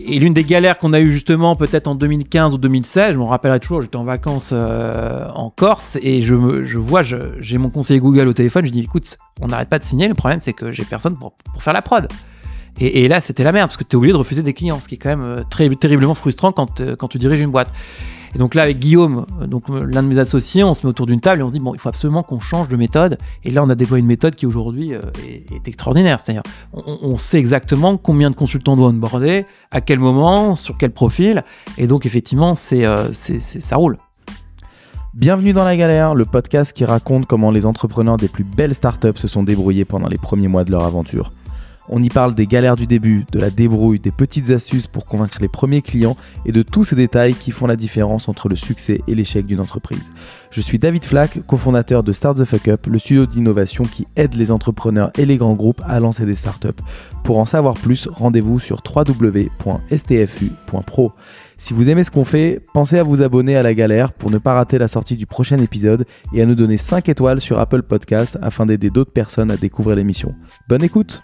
Et l'une des galères qu'on a eues justement peut-être en 2015 ou 2016, je m'en rappellerai toujours, j'étais en vacances en Corse et j'ai mon conseiller Google au téléphone, je dis écoute, on n'arrête pas de signer, le problème c'est que j'ai personne pour faire la prod. Et là c'était la merde parce que tu es obligé de refuser des clients, ce qui est quand même terriblement frustrant quand tu diriges une boîte. Et donc là avec Guillaume, l'un de mes associés, on se met autour d'une table et on se dit bon, il faut absolument qu'on change de méthode. Et là on a déployé une méthode qui aujourd'hui est extraordinaire. C'est-à-dire on sait exactement combien de consultants on doit onboarder, à quel moment, sur quel profil. Et donc effectivement ça roule. Bienvenue dans La Galère, le podcast qui raconte comment les entrepreneurs des plus belles startups se sont débrouillés pendant les premiers mois de leur aventure. On y parle des galères du début, de la débrouille, des petites astuces pour convaincre les premiers clients et de tous ces détails qui font la différence entre le succès et l'échec d'une entreprise. Je suis David Flack, cofondateur de Start the Fuck Up, le studio d'innovation qui aide les entrepreneurs et les grands groupes à lancer des startups. Pour en savoir plus, rendez-vous sur www.stfu.pro. Si vous aimez ce qu'on fait, pensez à vous abonner à La Galère pour ne pas rater la sortie du prochain épisode et à nous donner 5 étoiles sur Apple Podcasts afin d'aider d'autres personnes à découvrir l'émission. Bonne écoute!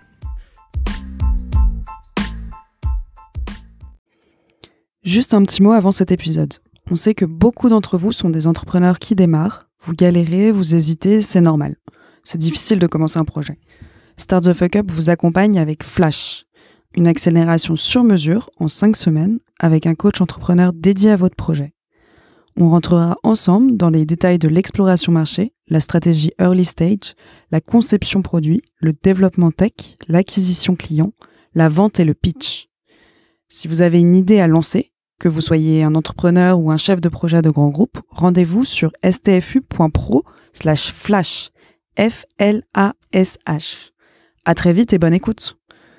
Juste un petit mot avant cet épisode. On sait que beaucoup d'entre vous sont des entrepreneurs qui démarrent. Vous galérez, vous hésitez, c'est normal. C'est difficile de commencer un projet. Start the Fuck Up vous accompagne avec Flash, une accélération sur mesure en 5 semaines avec un coach entrepreneur dédié à votre projet. On rentrera ensemble dans les détails de l'exploration marché, la stratégie early stage, la conception produit, le développement tech, l'acquisition client, la vente et le pitch. Si vous avez une idée à lancer, que vous soyez un entrepreneur ou un chef de projet de grand groupe, rendez-vous sur stfu.pro/flash. F-L-A-S-H. À très vite et bonne écoute.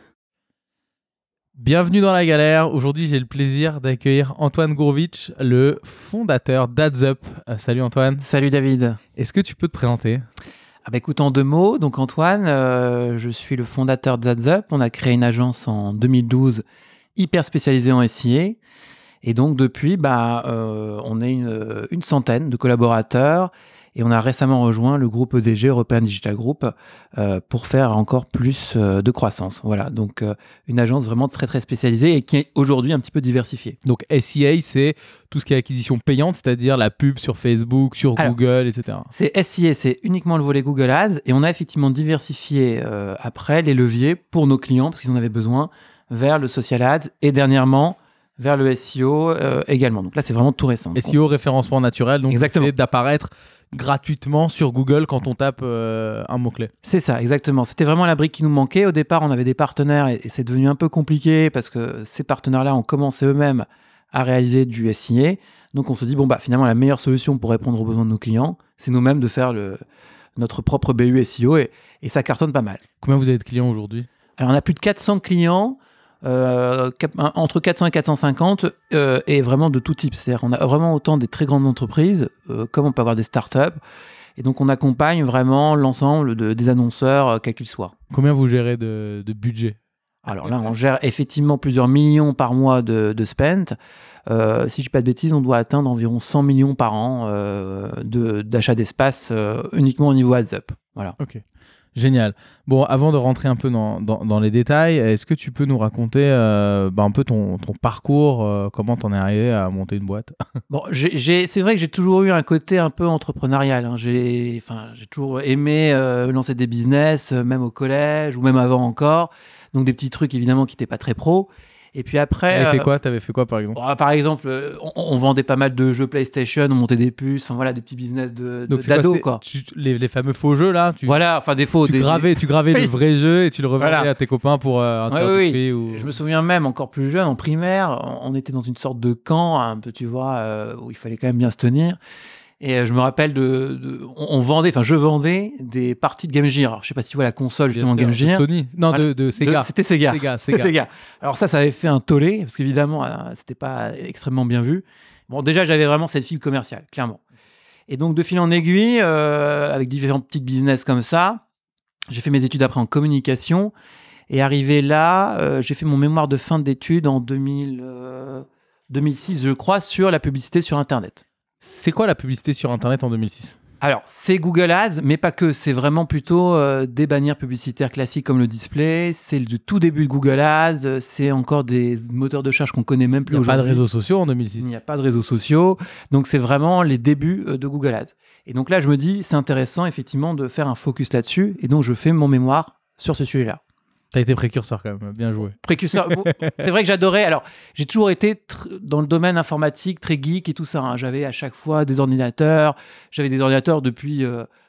Bienvenue dans La Galère. Aujourd'hui, j'ai le plaisir d'accueillir Antoine Gourvitch, le fondateur d'AdsUp. Salut Antoine. Salut David. Est-ce que tu peux te présenter ? Écoute, en 2 mots, donc Antoine, je suis le fondateur d'AdsUp. On a créé une agence en 2012 hyper spécialisée en SIA. Et donc depuis, on est une centaine de collaborateurs et on a récemment rejoint le groupe EDG, European Digital Group, pour faire encore plus de croissance. Voilà, donc une agence vraiment très très spécialisée et qui est aujourd'hui un petit peu diversifiée. Donc SIA, c'est tout ce qui est acquisition payante, c'est-à-dire la pub sur Facebook, sur Google, etc. C'est SIA, c'est uniquement le volet Google Ads et on a effectivement diversifié après les leviers pour nos clients parce qu'ils en avaient besoin vers le social ads et dernièrement vers le SEO également. Donc là, c'est vraiment tout récent. SEO, référencement naturel, donc exactement. C'est d'apparaître gratuitement sur Google quand on tape un mot-clé. C'est ça, exactement. C'était vraiment la brique qui nous manquait. Au départ, on avait des partenaires et c'est devenu un peu compliqué parce que ces partenaires-là ont commencé eux-mêmes à réaliser du SIA. Donc on s'est dit, finalement, la meilleure solution pour répondre aux besoins de nos clients, c'est nous-mêmes de faire notre propre BU SEO et ça cartonne pas mal. Combien vous avez de clients aujourd'hui ? Alors, on a plus de 400 clients. Entre 400 et 450 et vraiment de tout type. C'est-à-dire on a vraiment autant des très grandes entreprises comme on peut avoir des startups et donc on accompagne vraiment l'ensemble des annonceurs quels qu'ils soient. Combien vous gérez de budget ? Alors là on gère effectivement plusieurs millions par mois de spend. Si je ne dis pas de bêtises, on doit atteindre environ 100 millions par an d'achat d'espace uniquement au niveau AdsUp. Voilà. Ok. Génial. Bon, avant de rentrer un peu dans les détails, est-ce que tu peux nous raconter un peu ton parcours, comment t'en es arrivé à monter une boîte ? C'est vrai que j'ai toujours eu un côté un peu entrepreneurial. Hein. J'ai toujours aimé lancer des business, même au collège ou même avant encore. Donc des petits trucs évidemment qui n'étaient pas très pro. Et puis après... T'avais fait quoi par exemple ? Par exemple, on vendait pas mal de jeux PlayStation, on montait des puces, des petits business d'ado, quoi. Les fameux faux jeux là des faux. Tu gravais le vrai jeu et tu le revendais à tes copains pour un prix. Ou... Je me souviens même, encore plus jeune, en primaire, on était dans une sorte de camp, un peu, tu vois, où il fallait quand même bien se tenir. Et je me rappelle je vendais des parties de Game Gear. Alors, je sais pas si tu vois la console justement Game Gear. Sony. Non, de Sega. C'était Sega. Sega. Alors ça avait fait un tollé parce qu'évidemment, c'était pas extrêmement bien vu. Bon, déjà, j'avais vraiment cette fibre commerciale, clairement. Et donc, de fil en aiguille, avec différents petits business comme ça, j'ai fait mes études après en communication. Et arrivé là, j'ai fait mon mémoire de fin d'études en 2006, je crois, sur la publicité sur Internet. C'est quoi la publicité sur Internet en 2006 ? Alors, c'est Google Ads, mais pas que. C'est vraiment plutôt des bannières publicitaires classiques comme le display. C'est le tout début de Google Ads. C'est encore des moteurs de recherche qu'on connaît même plus Il n'y a pas aujourd'hui. de réseaux sociaux en 2006. Il n'y a pas de réseaux sociaux. Donc, c'est vraiment les débuts de Google Ads. Et donc là, je me dis, c'est intéressant effectivement de faire un focus là-dessus. Et donc, je fais mon mémoire sur ce sujet-là. T'as été précurseur quand même, bien joué. Précurseur. Bon, c'est vrai que j'adorais. Alors, j'ai toujours été dans le domaine informatique, très geek et tout ça. Hein. J'avais à chaque fois des ordinateurs. J'avais des ordinateurs depuis.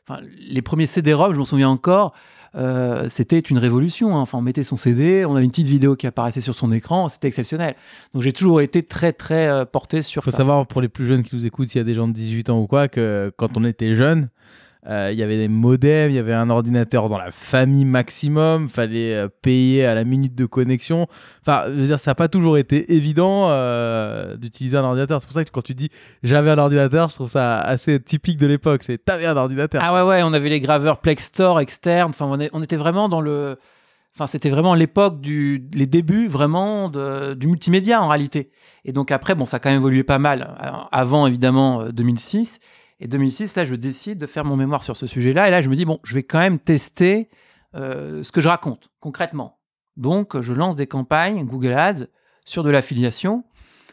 Les premiers CD-ROM, je m'en souviens encore. C'était une révolution. Hein. Enfin, on mettait son CD, on avait une petite vidéo qui apparaissait sur son écran. C'était exceptionnel. Donc, j'ai toujours été très, très porté sur. Il faut savoir pour les plus jeunes qui nous écoutent, s'il y a des gens de 18 ans ou quoi, que quand on était jeune. Il y avait des modems, il y avait un ordinateur dans la famille maximum, fallait payer à la minute de connexion. Enfin, je veux dire, ça n'a pas toujours été évident d'utiliser un ordinateur. C'est pour ça que quand tu dis j'avais un ordinateur, je trouve ça assez typique de l'époque. C'est t'avais un ordinateur. Ah ouais, on avait les graveurs Plex Store externes. Enfin, on était vraiment dans le. Enfin, c'était vraiment l'époque les débuts vraiment du multimédia en réalité. Et donc après, bon, ça a quand même évolué pas mal. Avant évidemment 2006. Et 2006, là, je décide de faire mon mémoire sur ce sujet-là. Et là, je me dis, bon, je vais quand même tester ce que je raconte concrètement. Donc, je lance des campagnes Google Ads sur de l'affiliation.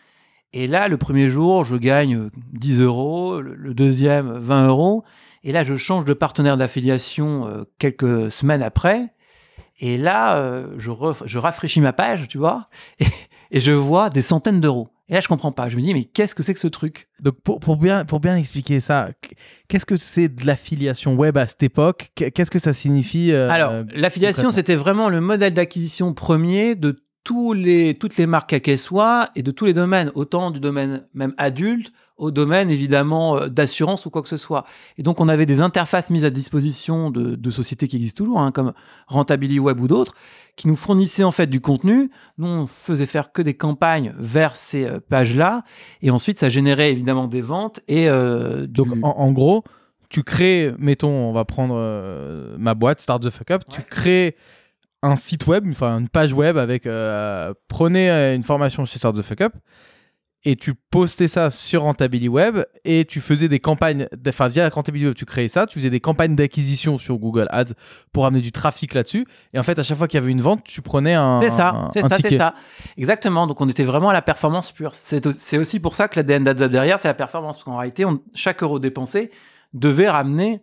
Et là, le premier jour, je gagne 10 €, le deuxième, 20 €. Et là, je change de partenaire d'affiliation quelques semaines après. Et là, je rafraîchis ma page, tu vois, et je vois des centaines d'euros. Et là, je comprends pas. Je me dis, mais qu'est-ce que c'est que ce truc ? Donc, pour bien expliquer ça, qu'est-ce que c'est de l'affiliation web à cette époque ? Qu'est-ce que ça signifie Alors, l'affiliation, c'était vraiment le modèle d'acquisition premier de toutes les marques, quelles qu'elles soient, et de tous les domaines, autant du domaine même adulte, au domaine évidemment d'assurance ou quoi que ce soit. Et donc, on avait des interfaces mises à disposition de sociétés qui existent toujours, hein, comme Rentability Web ou d'autres, qui nous fournissaient en fait du contenu. Nous, on faisait faire que des campagnes vers ces pages-là, et ensuite, ça générait évidemment des ventes. Et donc, en gros, tu crées, mettons, on va prendre ma boîte, Start the Fuck Up, ouais. Tu crées un site web, enfin une page web avec prenez une formation chez Start the Fuck Up et tu postais ça sur Rentability Web et tu faisais des campagnes, enfin via Rentability Web tu créais ça, tu faisais des campagnes d'acquisition sur Google Ads pour amener du trafic là-dessus et en fait à chaque fois qu'il y avait une vente tu prenais un ticket. C'est ça, exactement. Donc on était vraiment à la performance pure. C'est aussi pour ça que l'ADN d'AdWeb derrière c'est la performance, parce qu'en réalité chaque euro dépensé devait ramener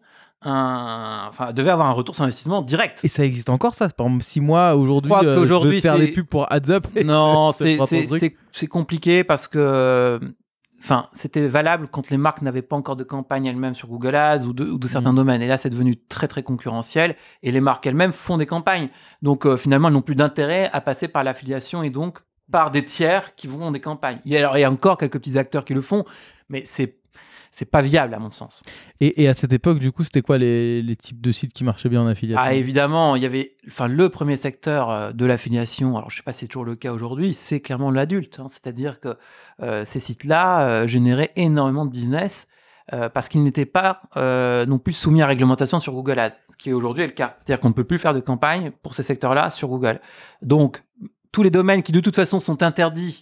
devait avoir un retour sur investissement direct. Et ça existe encore ça ? Par exemple, si moi aujourd'hui je veux faire des pubs pour AdsUp. Non, c'est compliqué parce que c'était valable quand les marques n'avaient pas encore de campagne elles-mêmes sur Google Ads ou de certains domaines. Et là, c'est devenu très très concurrentiel et les marques elles-mêmes font des campagnes. Donc finalement, elles n'ont plus d'intérêt à passer par l'affiliation et donc par des tiers qui vont des campagnes. Il y a encore quelques petits acteurs qui le font, mais c'est pas viable à mon sens. Et à cette époque, du coup, c'était quoi les types de sites qui marchaient bien en affiliation ? Ah, évidemment, il y avait le premier secteur de l'affiliation, alors je sais pas si c'est toujours le cas aujourd'hui, c'est clairement l'adulte. Hein, c'est-à-dire que ces sites-là généraient énormément de business parce qu'ils n'étaient pas non plus soumis à réglementation sur Google Ads, ce qui aujourd'hui est le cas. C'est-à-dire qu'on ne peut plus faire de campagne pour ces secteurs-là sur Google. Donc, tous les domaines qui de toute façon sont interdits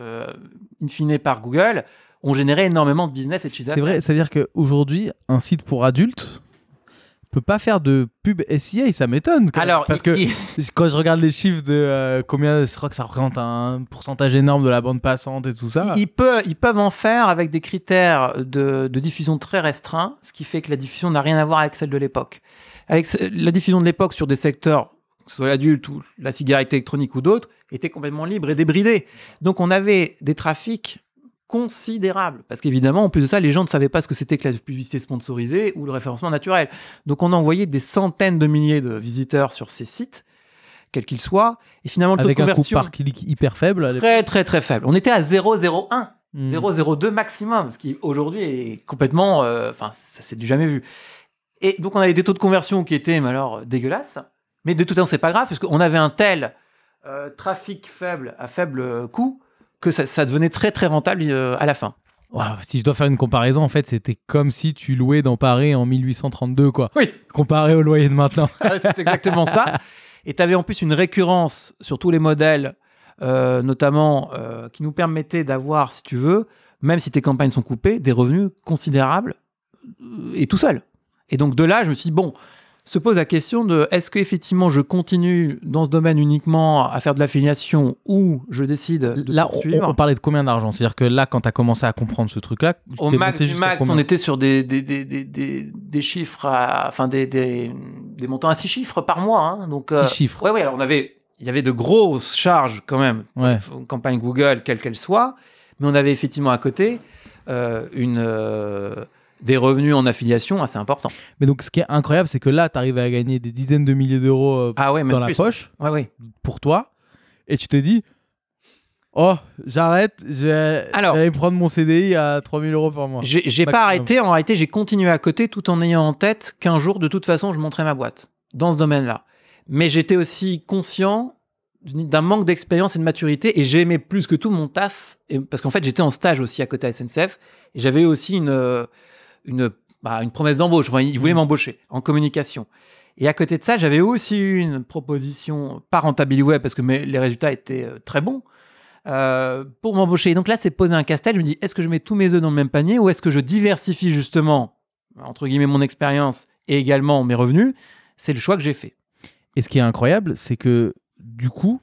in fine par Google ont généré énormément de business et de chiffre d'affaires. C'est vrai, ça veut dire qu'aujourd'hui, un site pour adultes peut pas faire de pub SIA, ça m'étonne. Alors, parce que quand je regarde les chiffres de combien, je crois que ça représente un pourcentage énorme de la bande passante et tout ça. Ils peuvent en faire avec des critères de diffusion très restreints, ce qui fait que la diffusion n'a rien à voir avec celle de l'époque. Avec la diffusion de l'époque sur des secteurs, que ce soit l'adulte ou la cigarette électronique ou d'autres, était complètement libre et débridée. Donc on avait des trafics considérable, parce qu'évidemment en plus de ça les gens ne savaient pas ce que c'était que la publicité sponsorisée ou le référencement naturel, donc on a envoyé des centaines de milliers de visiteurs sur ces sites quels qu'ils soient et finalement le taux de conversion avec un coût par clic hyper faible, très très très faible. On était à 0,01 0,02 maximum, ce qui aujourd'hui est complètement ça c'est du jamais vu, et donc on avait des taux de conversion qui étaient alors dégueulasses, mais de toute façon c'est pas grave parce qu'on avait un tel trafic faible à faible coût que ça devenait très très rentable à la fin. Wow, si je dois faire une comparaison, en fait, c'était comme si tu louais dans Paris en 1832, quoi. Oui. Comparé au loyer de maintenant. C'est exactement ça. Et tu avais en plus une récurrence sur tous les modèles, notamment qui nous permettait d'avoir, si tu veux, même si tes campagnes sont coupées, des revenus considérables et tout seul. Et donc de là, je me suis dit, bon, se pose la question de est-ce qu'effectivement je continue dans ce domaine uniquement à faire de l'affiliation ou je décide de là, poursuivre. on parlait de combien d'argent? C'est-à-dire que là, quand tu as commencé à comprendre ce truc-là, Au max du max, on était sur des chiffres, enfin des montants à 6 chiffres par mois. Hein. Donc, 6 chiffres. Ouais, alors il y avait de grosses charges quand même, Ouais. campagne Google, quelle qu'elle soit, mais on avait effectivement à côté des revenus en affiliation assez importants. Mais donc, ce qui est incroyable, c'est que là, tu arrives à gagner des dizaines de milliers d'euros dans la poche pour toi, et tu te dis, oh, j'arrête, j'allais prendre mon CDI à 3 000 euros par mois. J'ai pas arrêté, en réalité, j'ai continué à côté tout en ayant en tête qu'un jour, de toute façon, je monterais ma boîte dans ce domaine-là. Mais j'étais aussi conscient d'un manque d'expérience et de maturité, et j'aimais plus que tout mon taf, parce qu'en fait, j'étais en stage aussi à côté à SNCF, et j'avais aussi une promesse d'embauche. Enfin, ils voulaient m'embaucher en communication. Et à côté de ça, j'avais aussi eu une proposition, pas Rentabiliweb, parce que les résultats étaient très bons, pour m'embaucher. Et donc là, c'est poser un casse-tête. Je me dis, est-ce que je mets tous mes œufs dans le même panier ou est-ce que je diversifie justement, entre guillemets, mon expérience et également mes revenus? C'est le choix que j'ai fait. Et ce qui est incroyable, c'est que du coup,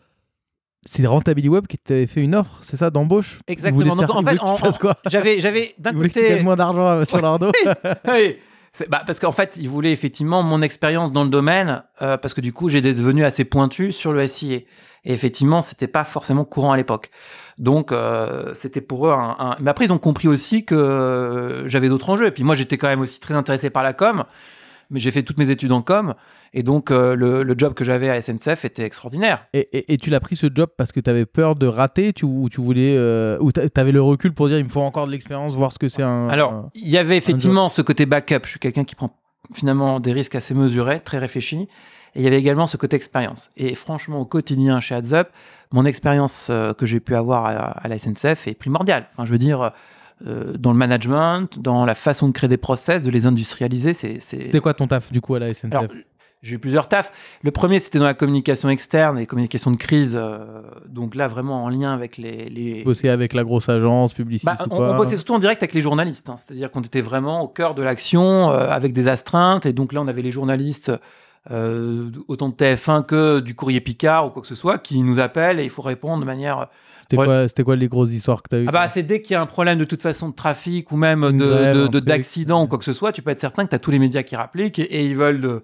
c'est Rentabiliweb qui t'avait fait une offre, c'est ça, d'embauche? Exactement. Donc en fait, j'avais d'un côté... Ils voulaient moins d'argent sur leur dos. Oui. Parce qu'en fait, ils voulaient effectivement mon expérience dans le domaine, parce que du coup, j'ai devenu assez pointu sur le SIA. Et effectivement, c'était pas forcément courant à l'époque. Donc, c'était pour eux Mais après, ils ont compris aussi que j'avais d'autres enjeux. Et puis moi, j'étais quand même aussi très intéressé par la com, mais j'ai fait toutes mes études en com. Et donc, le job que j'avais à SNCF était extraordinaire. Et tu l'as pris ce job parce que tu avais peur de rater ou tu voulais... ou tu avais le recul pour dire il me faut encore de l'expérience, voir ce que c'est un... Alors, il y avait effectivement ce côté backup. Je suis quelqu'un qui prend finalement des risques assez mesurés, très réfléchis. Et il y avait également ce côté expérience. Et franchement, au quotidien chez AdsUp, mon expérience que j'ai pu avoir à la SNCF est primordiale. Enfin, je veux dire... dans le management, dans la façon de créer des process, de les industrialiser. C'était quoi ton taf du coup à la SNCF? Alors, j'ai eu plusieurs tafs. Le premier, c'était dans la communication externe et communication de crise. Donc là, vraiment en lien avec les... Bosser avec la grosse agence, publiciste ou quoi? On bossait surtout en direct avec les journalistes. Hein. C'est-à-dire qu'on était vraiment au cœur de l'action, avec des astreintes. Et donc là, on avait les journalistes, autant de TF1 que du Courrier Picard ou quoi que ce soit, qui nous appellent et il faut répondre de manière... C'était quoi les grosses histoires que tu as eues? C'est dès qu'il y a un problème de toute façon de trafic ou même d'accident ou quoi que ce soit, tu peux être certain que tu as tous les médias qui rappliquent et ils veulent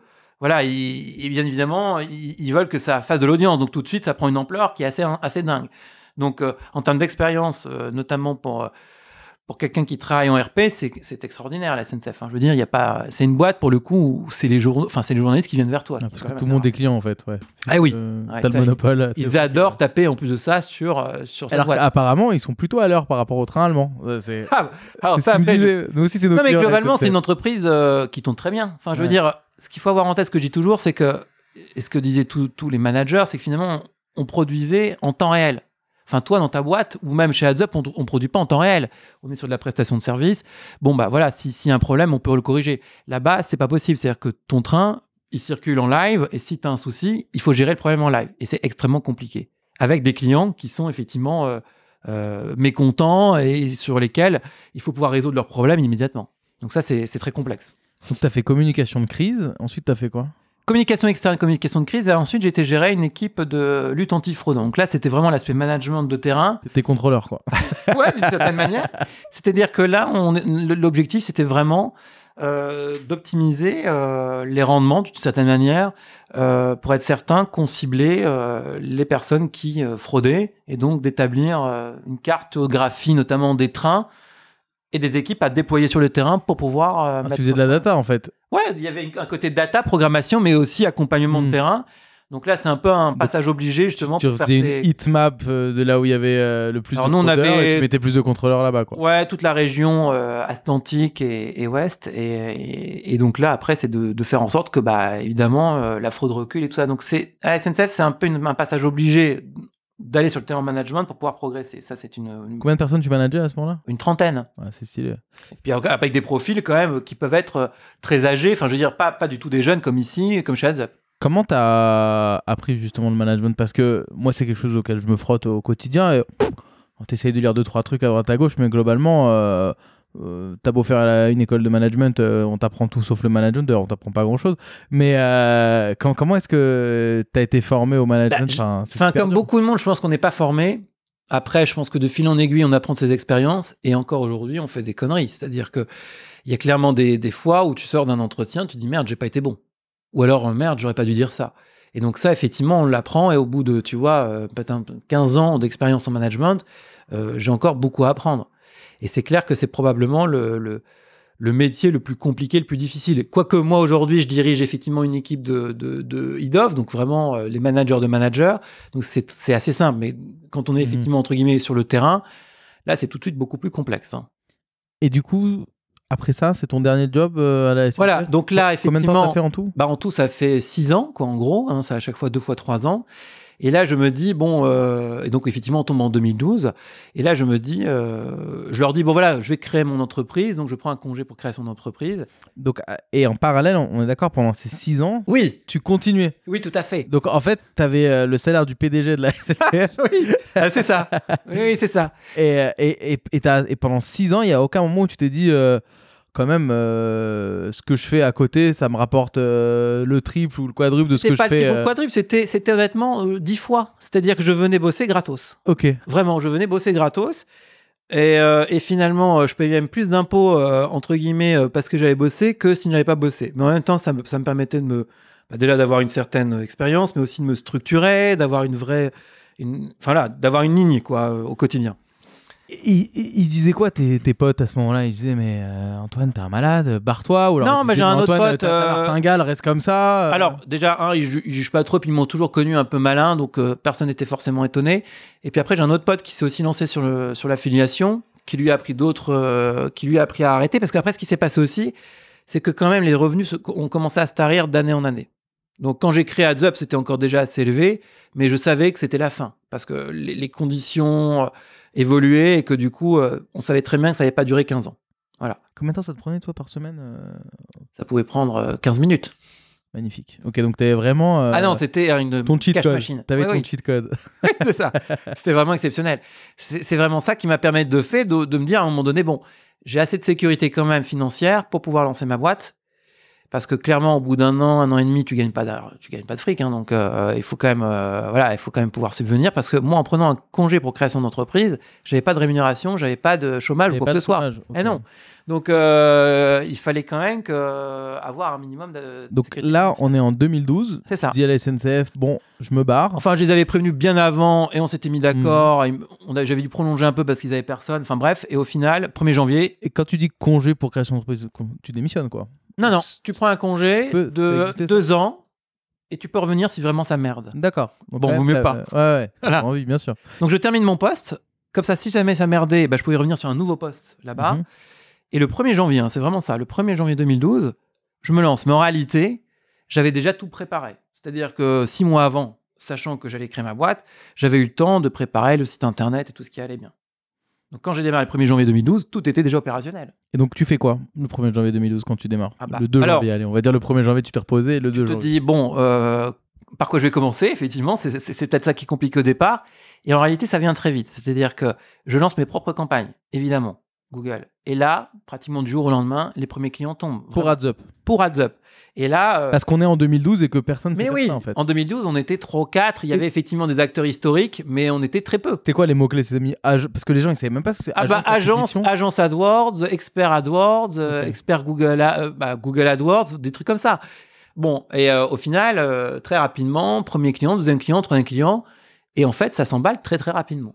et bien évidemment, ils veulent que ça fasse de l'audience. Donc tout de suite, ça prend une ampleur qui est assez dingue. Donc en termes d'expérience, notamment pour quelqu'un qui travaille en RP, c'est extraordinaire la SNCF. Hein. Je veux dire, c'est une boîte pour le coup où c'est les journalistes qui viennent vers toi. Parce que tout le monde est client en fait. Ouais. Ah oui. T'as le monopole. Ils adorent taper en plus de ça sur cette Alors boîte. Apparemment, ils sont plutôt à l'heure par rapport au train allemand. Alors ça, nous aussi, c'est nos clients. Mais globalement, c'est une entreprise qui tourne très bien. Enfin, je veux dire, ce qu'il faut avoir en tête, ce que je dis toujours, c'est que, et ce que disaient tous les managers, c'est que finalement, on produisait en temps réel. Enfin, toi, dans ta boîte, ou même chez AdsUp, on ne produit pas en temps réel. On est sur de la prestation de service. Bon, voilà, s'il y a un problème, on peut le corriger. Là-bas, c'est pas possible. C'est-à-dire que ton train, il circule en live, et si tu as un souci, il faut gérer le problème en live. Et c'est extrêmement compliqué. Avec des clients qui sont effectivement mécontents et sur lesquels il faut pouvoir résoudre leurs problèmes immédiatement. Donc ça, c'est très complexe. Donc, tu as fait communication de crise. Ensuite, tu as fait quoi? Communication externe, communication de crise. Et ensuite, j'ai été gérer une équipe de lutte anti-fraude. Donc là, c'était vraiment l'aspect management de terrain. T'étais contrôleur, quoi. Ouais, d'une certaine manière. C'est-à-dire que là, l'objectif, c'était vraiment d'optimiser les rendements d'une certaine manière pour être certain qu'on ciblait les personnes qui fraudaient et donc d'établir une cartographie, notamment des trains et des équipes à déployer sur le terrain pour pouvoir... tu faisais de la data, en fait. Ouais, il y avait un côté data, programmation, mais aussi accompagnement de terrain. Donc là, c'est un peu un passage obligé, justement, pour faire une heatmap de là où il y avait le plus de fraudeurs et tu mettais plus de contrôleurs là-bas, quoi. Ouais, toute la région Atlantique et Ouest. Et donc là, après, c'est de faire en sorte que, évidemment, la fraude recule et tout ça. Donc à la SNCF, c'est un peu un passage obligé d'aller sur le terrain management pour pouvoir progresser. Ça, c'est Combien de personnes tu manageais à ce moment-là? Une trentaine. Ouais, c'est stylé. Et puis avec des profils quand même qui peuvent être très âgés. Enfin, je veux dire, pas du tout des jeunes comme ici, comme chez AdsUp. Comment tu as appris justement le management? Parce que moi, c'est quelque chose auquel je me frotte au quotidien. Et tu essayes de lire 2-3 trucs à droite à gauche, mais globalement, t'as beau faire une école de management, on t'apprend tout sauf le management. D'ailleurs, on t'apprend pas grand-chose. Mais comment est-ce que t'as été formé au management? Comme beaucoup de monde, je pense qu'on n'est pas formé. Après, je pense que de fil en aiguille, on apprend de ses expériences. Et encore aujourd'hui, on fait des conneries. C'est-à-dire qu'il y a clairement des fois où tu sors d'un entretien, tu dis « Merde, j'ai pas été bon ». Ou alors « Merde, j'aurais pas dû dire ça ». Et donc ça, effectivement, on l'apprend. Et au bout de, tu vois, peut-être 15 ans d'expérience en management, j'ai encore beaucoup à apprendre. Et c'est clair que c'est probablement le métier le plus compliqué, le plus difficile. Quoique moi, aujourd'hui, je dirige effectivement une équipe de head-off, donc vraiment les managers de managers. Donc c'est assez simple. Mais quand on est effectivement, entre guillemets, sur le terrain, là, c'est tout de suite beaucoup plus complexe. Et du coup, après ça, c'est ton dernier job à la SNCF? Voilà, donc là, effectivement... Combien de temps t'as fait en tout? En tout, ça fait 6 ans, quoi, en gros. Ça, à chaque fois 2 fois 3 ans. Et là, je me dis, et donc effectivement, on tombe en 2012. Et là, je me dis, je leur dis, bon voilà, je vais créer mon entreprise. Donc, je prends un congé pour créer son entreprise. Donc, et en parallèle, on est d'accord, pendant ces 6 ans, oui, tu continuais. Oui, tout à fait. Donc, en fait, tu avais le salaire du PDG de la SNCF. Oui, c'est ça. Oui, c'est ça. Et pendant 6 ans, il n'y a aucun moment où tu t'es dit... quand même, ce que je fais à côté, ça me rapporte le triple ou le quadruple de ce que je fais. C'était pas le triple ou le quadruple, c'était honnêtement 10 fois. C'est-à-dire que je venais bosser gratos. Ok. Vraiment, je venais bosser gratos. Et finalement, je payais même plus d'impôts, entre guillemets, parce que j'avais bossé que si je n'avais pas bossé. Mais en même temps, ça me permettait de déjà d'avoir une certaine expérience, mais aussi de me structurer, d'avoir d'avoir une ligne, quoi, au quotidien. Ils disaient quoi tes potes à ce moment-là? Ils disaient mais Antoine, t'es un malade, barre-toi. Ou alors, non, mais j'ai un autre pote. Martingale, reste comme ça. Alors déjà, ils jugent pas trop, puis ils m'ont toujours connu un peu malin, donc personne n'était forcément étonné. Et puis après, j'ai un autre pote qui s'est aussi lancé sur l'affiliation, qui lui a appris à arrêter, parce qu'après, ce qui s'est passé aussi, c'est que quand même les revenus ont commencé à se tarir d'année en année. Donc quand j'ai créé AdsUp, c'était encore déjà assez élevé, mais je savais que c'était la fin, parce que les conditions évoluer et que du coup, on savait très bien que ça n'allait pas durer 15 ans. Voilà. Combien de temps ça te prenait, toi, par semaine? Ça pouvait prendre 15 minutes. Magnifique. Ok, donc t'avais vraiment... Ah non, c'était ton cheat cash code. machine. T'avais ton cheat code. C'est ça. C'était vraiment exceptionnel. C'est vraiment ça qui m'a permis de me dire à un moment donné, bon, j'ai assez de sécurité quand même financière pour pouvoir lancer ma boîte. Parce que clairement, au bout d'un an et demi, tu gagnes pas de fric, hein, donc il faut quand même pouvoir subvenir. Parce que moi, en prenant un congé pour création d'entreprise, j'avais pas de rémunération, j'avais pas de chômage ou quoi que ce soit. Okay. Et non. Donc il fallait quand même avoir un minimum de donc là, on est en 2012. C'est ça. Tu dis à la SNCF, bon, je me barre. Enfin, je les avais prévenus bien avant et on s'était mis d'accord. J'avais dû prolonger un peu parce qu'ils avaient personne. Enfin bref, et au final, 1er janvier. Et quand tu dis congé pour création d'entreprise, tu démissionnes, quoi? Non, tu prends un congé de 2 ans et tu peux revenir si vraiment ça merde. D'accord. Bon, vaut mieux pas. Ouais. Voilà. Oui, bien sûr. Donc je termine mon poste. Comme ça, si jamais ça merdait, je pouvais revenir sur un nouveau poste là-bas. Et le 1er janvier, c'est vraiment ça, le 1er janvier 2012, je me lance. Mais en réalité, j'avais déjà tout préparé. C'est-à-dire que 6 mois avant, sachant que j'allais créer ma boîte, j'avais eu le temps de préparer le site internet et tout ce qui allait bien. Donc quand j'ai démarré le 1er janvier 2012, tout était déjà opérationnel. Et donc tu fais quoi le 1er janvier 2012 quand tu démarres? Le 2 janvier, allez, on va dire le 1er janvier tu t'es reposé et le 2 janvier. Je te dis, bon, par quoi je vais commencer? Effectivement, c'est peut-être ça qui complique au départ. Et en réalité, ça vient très vite. C'est-à-dire que je lance mes propres campagnes, évidemment, Google. Et là, pratiquement du jour au lendemain, les premiers clients tombent. Pour AdsUp. Pour AdsUp. Et là, parce qu'on est en 2012 et que personne ne fait ça en fait. En 2012, on était 3 ou 4. Il y avait effectivement des acteurs historiques, mais on était très peu. C'était quoi les mots-clés? C'était mis parce que les gens ils savaient même pas ce que c'est. Agence AdWords, expert AdWords, expert Google AdWords, des trucs comme ça. Bon, et au final, très rapidement, premier client, deuxième client, troisième client. Et en fait, ça s'emballe très très rapidement.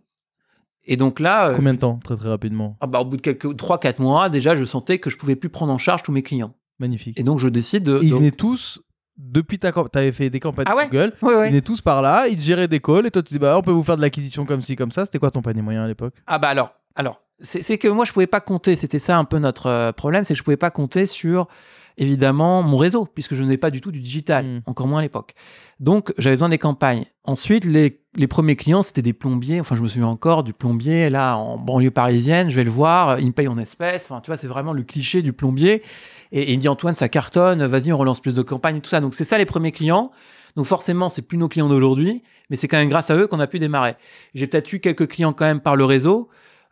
Et donc là... Combien de temps, très très rapidement? Au bout de 3-4 mois, déjà, je sentais que je pouvais plus prendre en charge tous mes clients. Magnifique. Et donc, je décide de... Ils venaient tous, depuis tu avais fait des campagnes Google, ils venaient tous par là, ils te géraient des calls, et toi tu dis, on peut vous faire de l'acquisition comme ci, comme ça. C'était quoi ton panier moyen à l'époque? Alors, c'est que moi, je pouvais pas compter, c'était ça un peu notre problème, c'est que je pouvais pas compter sur... évidemment mon réseau, puisque je n'ai pas du tout du digital, encore moins à l'époque. Donc, j'avais besoin des campagnes. Ensuite, les premiers clients, c'était des plombiers. Enfin, je me souviens encore du plombier, là, en banlieue parisienne. Je vais le voir, il me paye en espèces. Enfin, tu vois, c'est vraiment le cliché du plombier. Et il me dit, Antoine, ça cartonne, vas-y, on relance plus de campagnes et tout ça. Donc, c'est ça les premiers clients. Donc, forcément, c'est plus nos clients d'aujourd'hui, mais c'est quand même grâce à eux qu'on a pu démarrer. J'ai peut-être eu quelques clients quand même par le réseau,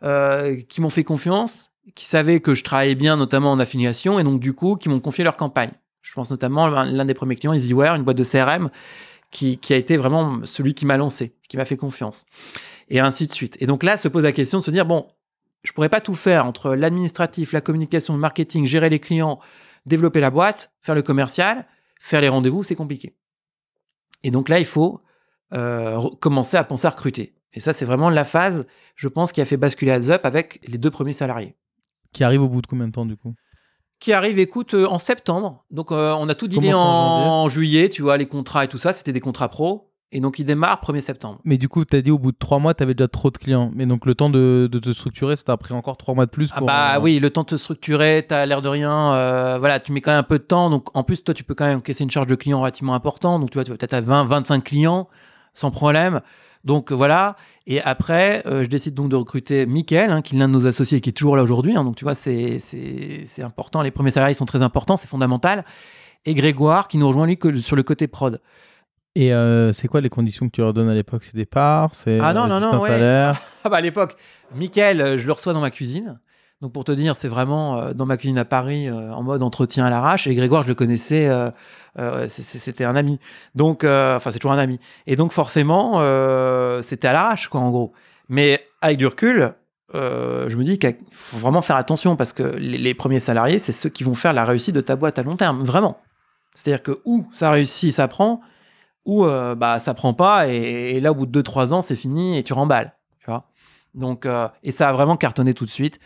qui m'ont fait confiance, qui savaient que je travaillais bien, notamment en affiliation, et donc du coup, qui m'ont confié leur campagne. Je pense notamment à l'un des premiers clients, EasyWare, une boîte de CRM, qui a été vraiment celui qui m'a lancé, qui m'a fait confiance, et ainsi de suite. Et donc là, se pose la question de se dire, bon, je pourrais pas tout faire entre l'administratif, la communication, le marketing, gérer les clients, développer la boîte, faire le commercial, faire les rendez-vous, c'est compliqué. Et donc là, il faut commencer à penser à recruter. Et ça, c'est vraiment la phase, je pense, qui a fait basculer AdsUp avec les 2 premiers salariés. Qui arrive au bout de combien de temps, du coup? Qui arrive, écoute, en septembre. Donc, on a tout dealé en juillet, tu vois, les contrats et tout ça, c'était des contrats pro. Et donc, il démarre 1er septembre. Mais du coup, tu as dit au bout de 3 mois, tu avais déjà trop de clients. Mais donc, le temps de te structurer, ça t'a pris encore 3 mois de plus pour... Oui, le temps de te structurer, tu as l'air de rien. Voilà, tu mets quand même un peu de temps. Donc, en plus, toi, tu peux quand même encaisser une charge de clients relativement importante. Donc, tu vas peut-être à 20, 25 clients sans problème. Donc, voilà. Et après, je décide donc de recruter Mickaël, qui est l'un de nos associés et qui est toujours là aujourd'hui. Donc, tu vois, c'est important. Les premiers salariés sont très importants, c'est fondamental. Et Grégoire, qui nous rejoint, lui, que sur le côté prod. Et c'est quoi les conditions que tu leur donnes à l'époque? C'est des parts? C'est non, un salaire? À l'époque, Mickaël, je le reçois dans ma cuisine. Donc, pour te dire, c'est vraiment dans ma cuisine à Paris, en mode entretien à l'arrache. Et Grégoire, je le connaissais, c'était un ami. Donc, c'est toujours un ami. Et donc, forcément, c'était à l'arrache, quoi, en gros. Mais avec du recul, je me dis qu'il faut vraiment faire attention parce que les premiers salariés, c'est ceux qui vont faire la réussite de ta boîte à long terme, vraiment. C'est-à-dire que ou ça réussit, ça prend, ou ça prend pas, et là, au bout de 2-3 ans, c'est fini et tu remballes. Tu vois. Donc, et ça a vraiment cartonné tout de suite.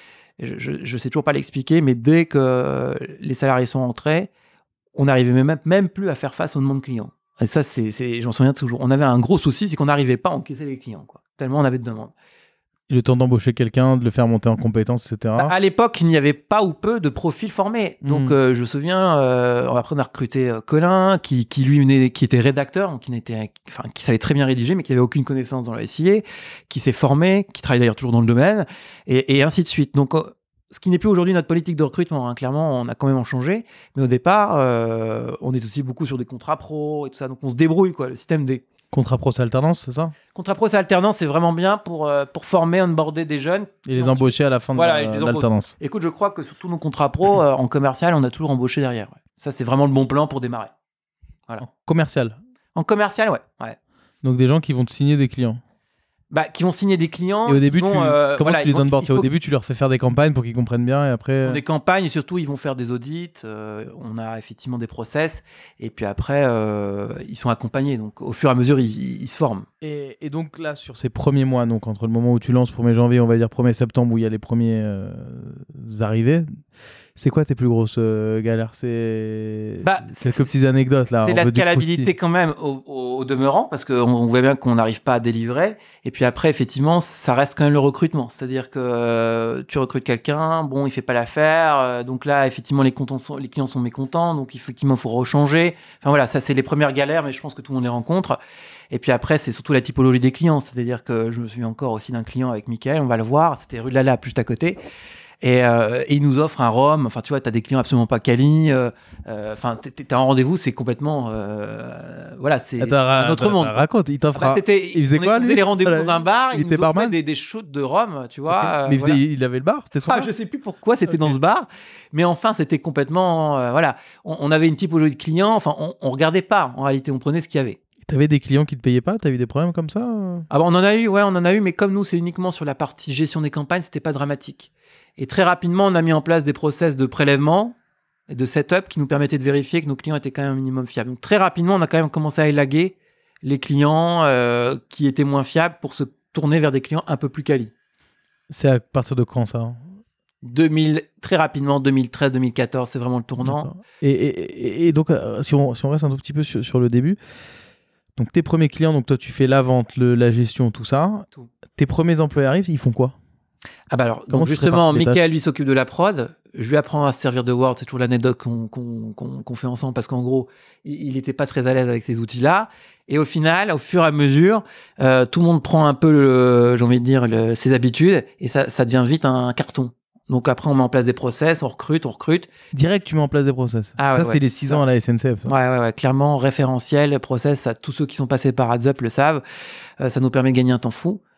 Je sais toujours pas l'expliquer, mais dès que les salariés sont entrés, on n'arrivait même plus à faire face aux demandes clients. Et ça, j'en souviens toujours. On avait un gros souci, c'est qu'on n'arrivait pas à encaisser les clients, quoi. Tellement on avait de demandes. Et le temps d'embaucher quelqu'un, de le faire monter en compétences, etc. À l'époque, il n'y avait pas ou peu de profils formés. Donc, je me souviens, après on a recruté Colin, qui était rédacteur, qui savait très bien rédiger, mais qui n'avait aucune connaissance dans le SIA, qui s'est formé, qui travaille d'ailleurs toujours dans le domaine, et ainsi de suite. Donc, ce qui n'est plus aujourd'hui notre politique de recrutement, clairement, on a quand même changé. Mais au départ, on est aussi beaucoup sur des contrats pro et tout ça. Donc, on se débrouille, quoi, le système D. Contrat pro, c'est alternance, c'est ça? Contrat pro, c'est alternance, c'est vraiment bien pour former, onboarder des jeunes. Et les embaucher à la fin de l'alternance. Écoute, je crois que sur tous nos contrats pro, en commercial, on a toujours embauché derrière. Ouais. Ça, c'est vraiment le bon plan pour démarrer. Voilà. En commercial? En commercial, ouais. Donc des gens qui vont te signer des clients? Qui vont signer des clients. Et au début, comment tu les onboards? Au début, tu leur fais faire des campagnes pour qu'ils comprennent bien, et après... Des campagnes, et surtout, ils vont faire des audits. On a effectivement des process. Et puis après, ils sont accompagnés. Donc, au fur et à mesure, ils se forment. Et donc là, sur ces premiers mois, donc entre le moment où tu lances 1er janvier, on va dire 1er septembre, où il y a les premiers arrivées, c'est quoi tes plus grosses galères? C'est quelques petites anecdotes là. C'est la scalabilité quand même au demeurant, parce qu'on voit bien qu'on n'arrive pas à délivrer. Et puis après, effectivement, ça reste quand même le recrutement. C'est-à-dire que tu recrutes quelqu'un, bon, il fait pas l'affaire. Donc là, effectivement, les clients sont mécontents. Donc effectivement, il faut rechanger. Enfin voilà, ça c'est les premières galères, mais je pense que tout le monde les rencontre. Et puis après, c'est surtout la typologie des clients. C'est-à-dire que je me souviens encore aussi d'un client avec Mickaël, on va le voir, c'était rue de Lala, juste à côté. Et il nous offre un rhum. Enfin, tu vois, tu as des clients absolument pas quali. Enfin, t'es en rendez-vous, c'est complètement. Voilà, c'est un autre monde. Raconte, il t'offre. Il faisait quoi, lui? Il faisait les rendez-vous dans un bar. Il était barman. Des shoots de rhum, tu vois. Okay. Mais il avait le bar, c'était son bar. Je sais plus pourquoi c'était dans ce bar. Mais enfin, c'était complètement. Voilà. On avait une typologie de clients. Enfin, on regardait pas. En réalité, on prenait ce qu'il y avait. T'avais des clients qui te payaient pas? T'as eu des problèmes comme ça? On en a eu, mais comme nous, c'est uniquement sur la partie gestion des campagnes, c'était pas dramatique. Et très rapidement, on a mis en place des process de prélèvement et de setup qui nous permettaient de vérifier que nos clients étaient quand même un minimum fiables. Donc très rapidement, on a quand même commencé à élaguer les clients qui étaient moins fiables pour se tourner vers des clients un peu plus quali. C'est à partir de quand ça? Très rapidement, 2013, 2014, c'est vraiment le tournant. Et donc, si on reste un tout petit peu sur le début, donc tes premiers clients, donc toi tu fais la vente, la gestion, tout ça. Tout. Tes premiers employés arrivent, ils font quoi? Alors, donc justement, Mickaël, lui, s'occupe de la prod. Je lui apprends à se servir de Word. C'est toujours l'anecdote qu'on fait ensemble parce qu'en gros, il n'était pas très à l'aise avec ces outils-là. Et au final, au fur et à mesure, tout le monde prend un peu, j'ai envie de dire, ses habitudes et ça devient vite un carton. Donc après, on met en place des process, on recrute. Direct, tu mets en place des process. C'est les 6 ans à la SNCF. Ouais, clairement, référentiel, process, tous ceux qui sont passés par AdsUp le savent. Ça nous permet de gagner un temps fou.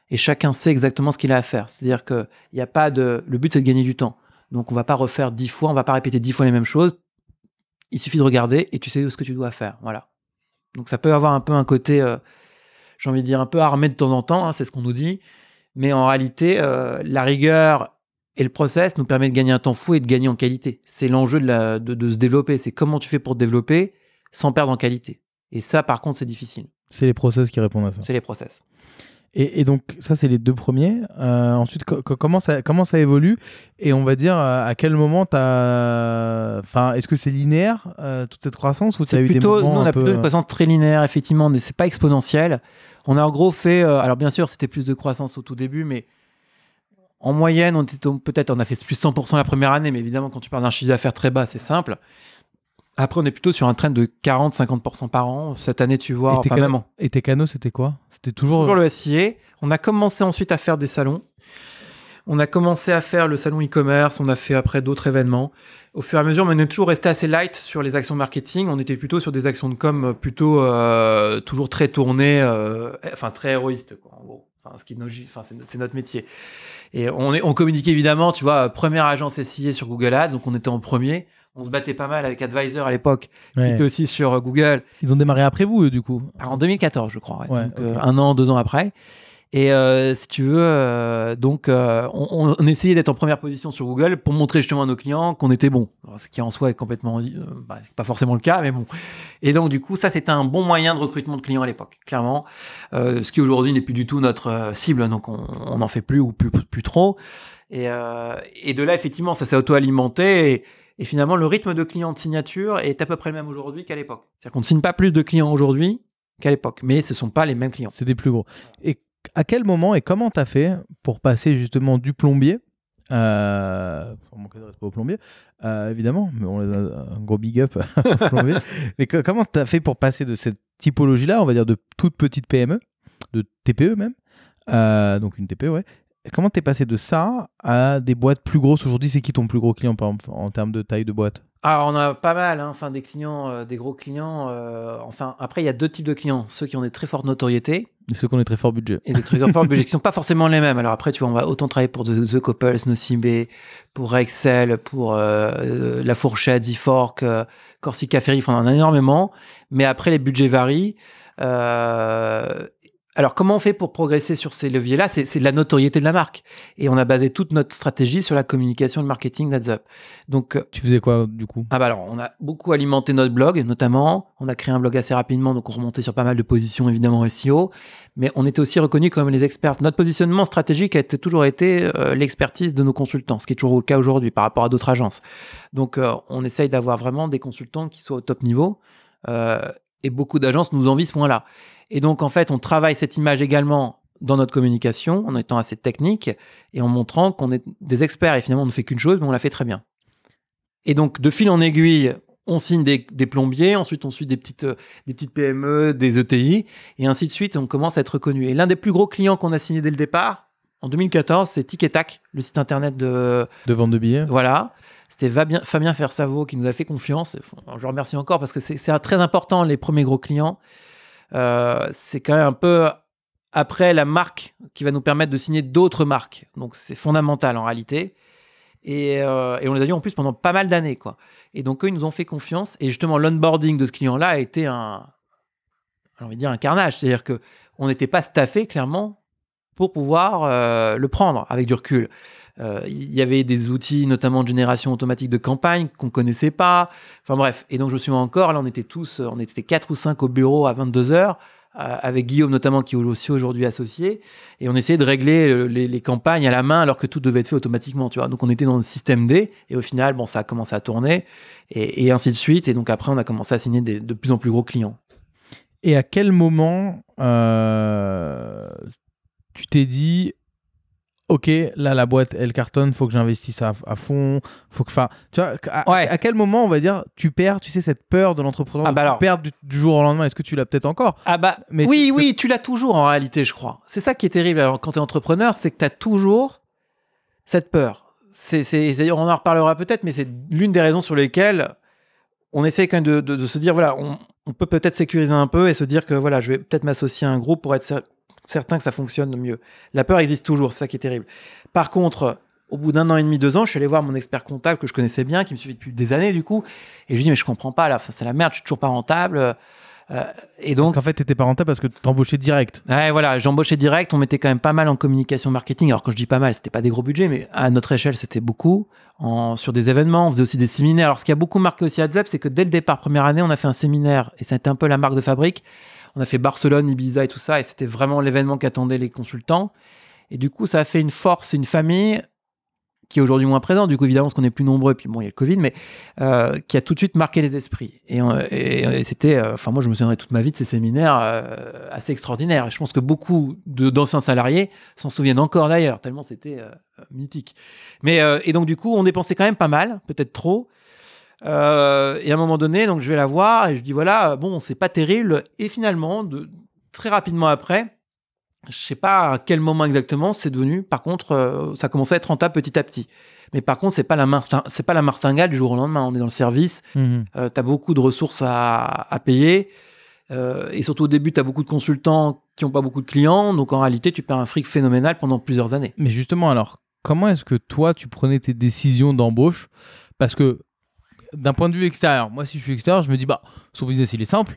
et chacun sait exactement ce qu'il a à faire. C'est-à-dire que il y a pas de. Le but, c'est de gagner du temps. Donc, on va pas refaire 10 fois, on va pas répéter 10 fois les mêmes choses. Il suffit de regarder et tu sais ce que tu dois faire. Voilà. Donc, ça peut avoir un peu un côté, j'ai envie de dire, un peu armé de temps en temps, hein, c'est ce qu'on nous dit. Mais en réalité, la rigueur et le process nous permet de gagner un temps fou et de gagner en qualité. C'est l'enjeu de se développer. C'est comment tu fais pour te développer sans perdre en qualité. Et ça, par contre, c'est difficile. C'est les process qui répondent à ça. C'est les process. Et donc, ça, c'est les 2 premiers. Ensuite, comment ça évolue? Et on va dire, à quel moment est-ce que c'est linéaire, toute cette croissance, ou tu as eu des moments nous, on a un peu... plutôt une croissance très linéaire, effectivement, mais c'est pas exponentiel. On a en gros fait... alors, bien sûr, c'était plus de croissance au tout début, mais en moyenne, on a fait plus 100% la première année, mais évidemment, quand tu parles d'un chiffre d'affaires très bas, c'est simple. Après, on est plutôt sur un trend de 40-50% par an. Cette année, tu vois, Et tes canaux, c'était quoi? C'était toujours le SIA. On a commencé ensuite à faire des salons. On a commencé à faire le salon e-commerce. On a fait après d'autres événements. Au fur et à mesure, mais on est toujours resté assez light sur les actions marketing. On était plutôt sur des actions de com plutôt toujours très tournées, très héroïstes, quoi, en gros. C'est notre métier. Et on communiquait évidemment, tu vois, première agence SIA sur Google Ads, donc on était en premier. On se battait pas mal avec Advisor à l'époque, qui était aussi sur Google. Ils ont démarré après vous, du coup? Alors, en 2014, je crois. Ouais, donc, okay. 1 an, 2 ans après. Et si tu veux, on essayait d'être en première position sur Google pour montrer justement à nos clients qu'on était bon. Alors, ce qui en soi est complètement... c'est pas forcément le cas, mais bon. Et donc, du coup, ça, c'était un bon moyen de recrutement de clients à l'époque, clairement. Ce qui aujourd'hui n'est plus du tout notre cible, donc on n'en fait plus ou plus trop. Et de là, effectivement, ça s'est auto-alimenté. Et finalement, le rythme de clients de signature est à peu près le même aujourd'hui qu'à l'époque. C'est-à-dire qu'on ne signe pas plus de clients aujourd'hui qu'à l'époque, mais ce ne sont pas les mêmes clients. C'est des plus gros. Et à quel moment et comment tu as fait pour passer justement du plombier, mon cadre n'est pas au plombier, évidemment, mais on a un gros big up au plombier, mais comment tu as fait pour passer de cette typologie-là, on va dire de toute petite PME, de TPE même, donc une TPE, ouais. Comment t'es passé de ça à des boîtes plus grosses aujourd'hui? C'est qui ton plus gros client, par exemple, en termes de taille de boîte? Alors, on a pas mal, hein, des clients, des gros clients. Après, il y a 2 types de clients. Ceux qui ont des très fortes notoriétés. Et ceux qui ont des très forts budgets. Et des très forts budgets qui ne sont pas forcément les mêmes. Alors après, tu vois, on va autant travailler pour The Couples, Nocibé, pour Excel, pour La Fourchette, Zifork, Corsica Ferry. On en a énormément. Mais après, les budgets varient. Alors, comment on fait pour progresser sur ces leviers-là? C'est de la notoriété de la marque. Et on a basé toute notre stratégie sur la communication et le marketing d'Adds Up. Donc, tu faisais quoi, du coup? Alors, on a beaucoup alimenté notre blog, notamment. On a créé un blog assez rapidement, donc on remontait sur pas mal de positions, évidemment, SEO. Mais on était aussi reconnus comme les experts. Notre positionnement stratégique a toujours été l'expertise de nos consultants, ce qui est toujours le cas aujourd'hui par rapport à d'autres agences. Donc, on essaye d'avoir vraiment des consultants qui soient au top niveau. Et beaucoup d'agences nous envient ce point-là. Et donc, en fait, on travaille cette image également dans notre communication, en étant assez technique et en montrant qu'on est des experts. Et finalement, on ne fait qu'une chose, mais on la fait très bien. Et donc, de fil en aiguille, on signe des plombiers, ensuite on suit des petites PME, des ETI, et ainsi de suite, on commence à être reconnu. Et l'un des plus gros clients qu'on a signé dès le départ, en 2014, c'est Tic et Tac, le site internet de vente de billets. Voilà. C'était Fabien Fersavo qui nous a fait confiance. Je le remercie encore parce que c'est très important, les premiers gros clients. C'est quand même un peu après la marque qui va nous permettre de signer d'autres marques. Donc, c'est fondamental en réalité. Et on les a eu en plus pendant pas mal d'années, quoi. Et donc, eux, ils nous ont fait confiance. Et justement, l'onboarding de ce client-là a été un carnage. C'est-à-dire qu'on n'était pas staffé, clairement, pour pouvoir le prendre avec du recul. Il y avait des outils, notamment de génération automatique de campagne, qu'on ne connaissait pas. Enfin bref. Et donc, je me souviens encore, là, on était 4 ou 5 au bureau à 22h, avec Guillaume notamment, qui est aussi aujourd'hui associé. Et on essayait de régler les campagnes à la main, alors que tout devait être fait automatiquement, tu vois. Donc, on était dans le système D. Et au final, ça a commencé à tourner. Et ainsi de suite. Et donc, après, on a commencé à signer de plus en plus gros clients. Et à quel moment tu t'es dit... Ok, là la boîte elle cartonne, faut que j'investisse à fond, faut que, tu vois, à quel moment on va dire tu perds, tu sais, cette peur de l'entrepreneur, tu perds du jour au lendemain. Est-ce que tu l'as peut-être encore? Mais oui, tu l'as toujours en réalité, je crois. C'est ça qui est terrible. Alors quand tu es entrepreneur, c'est que tu as toujours cette peur. On en reparlera peut-être, mais c'est l'une des raisons sur lesquelles on essaie quand même de se dire voilà, on peut peut-être sécuriser un peu et se dire que voilà, je vais peut-être m'associer à un groupe pour être certain que ça fonctionne mieux. La peur existe toujours, c'est ça qui est terrible. Par contre, au bout d'1 an et demi, 2 ans, je suis allé voir mon expert comptable que je connaissais bien, qui me suivait depuis des années du coup, et je lui ai dit mais je comprends pas là, c'est la merde, je suis toujours pas rentable. Et donc, en fait, t'étais pas rentable parce que t'embauchais direct. Ouais, voilà, j'embauchais direct. On mettait quand même pas mal en communication marketing. Alors quand je dis pas mal, c'était pas des gros budgets, mais à notre échelle, c'était beaucoup. Sur des événements, on faisait aussi des séminaires. Alors ce qui a beaucoup marqué aussi AdZep, c'est que dès le départ, première année, on a fait un séminaire et ça a été un peu la marque de fabrique. On a fait Barcelone, Ibiza et tout ça, et c'était vraiment l'événement qu'attendaient les consultants. Et du coup, ça a fait une force, une famille qui est aujourd'hui moins présent, du coup évidemment parce qu'on est plus nombreux, et puis bon il y a le Covid, mais qui a tout de suite marqué les esprits. Et c'était, moi je me souviendrai toute ma vie de ces séminaires assez extraordinaires. Et je pense que beaucoup d'anciens salariés s'en souviennent encore d'ailleurs, tellement c'était mythique. Mais et donc du coup on dépensait quand même pas mal, peut-être trop. Et à un moment donné, donc je vais la voir et je dis voilà, bon c'est pas terrible. Et finalement, très rapidement après, je sais pas à quel moment exactement c'est devenu. Par contre, ça commençait à être rentable petit à petit. Mais par contre, c'est pas la martingale du jour au lendemain. On est dans le service. T'as beaucoup de ressources à payer. Et surtout au début, t'as beaucoup de consultants qui n'ont pas beaucoup de clients. Donc en réalité, tu perds un fric phénoménal pendant plusieurs années. Mais justement, alors, comment est-ce que toi, tu prenais tes décisions d'embauche? Parce que d'un point de vue extérieur, moi, si je suis extérieur, je me dis, son business, il est simple.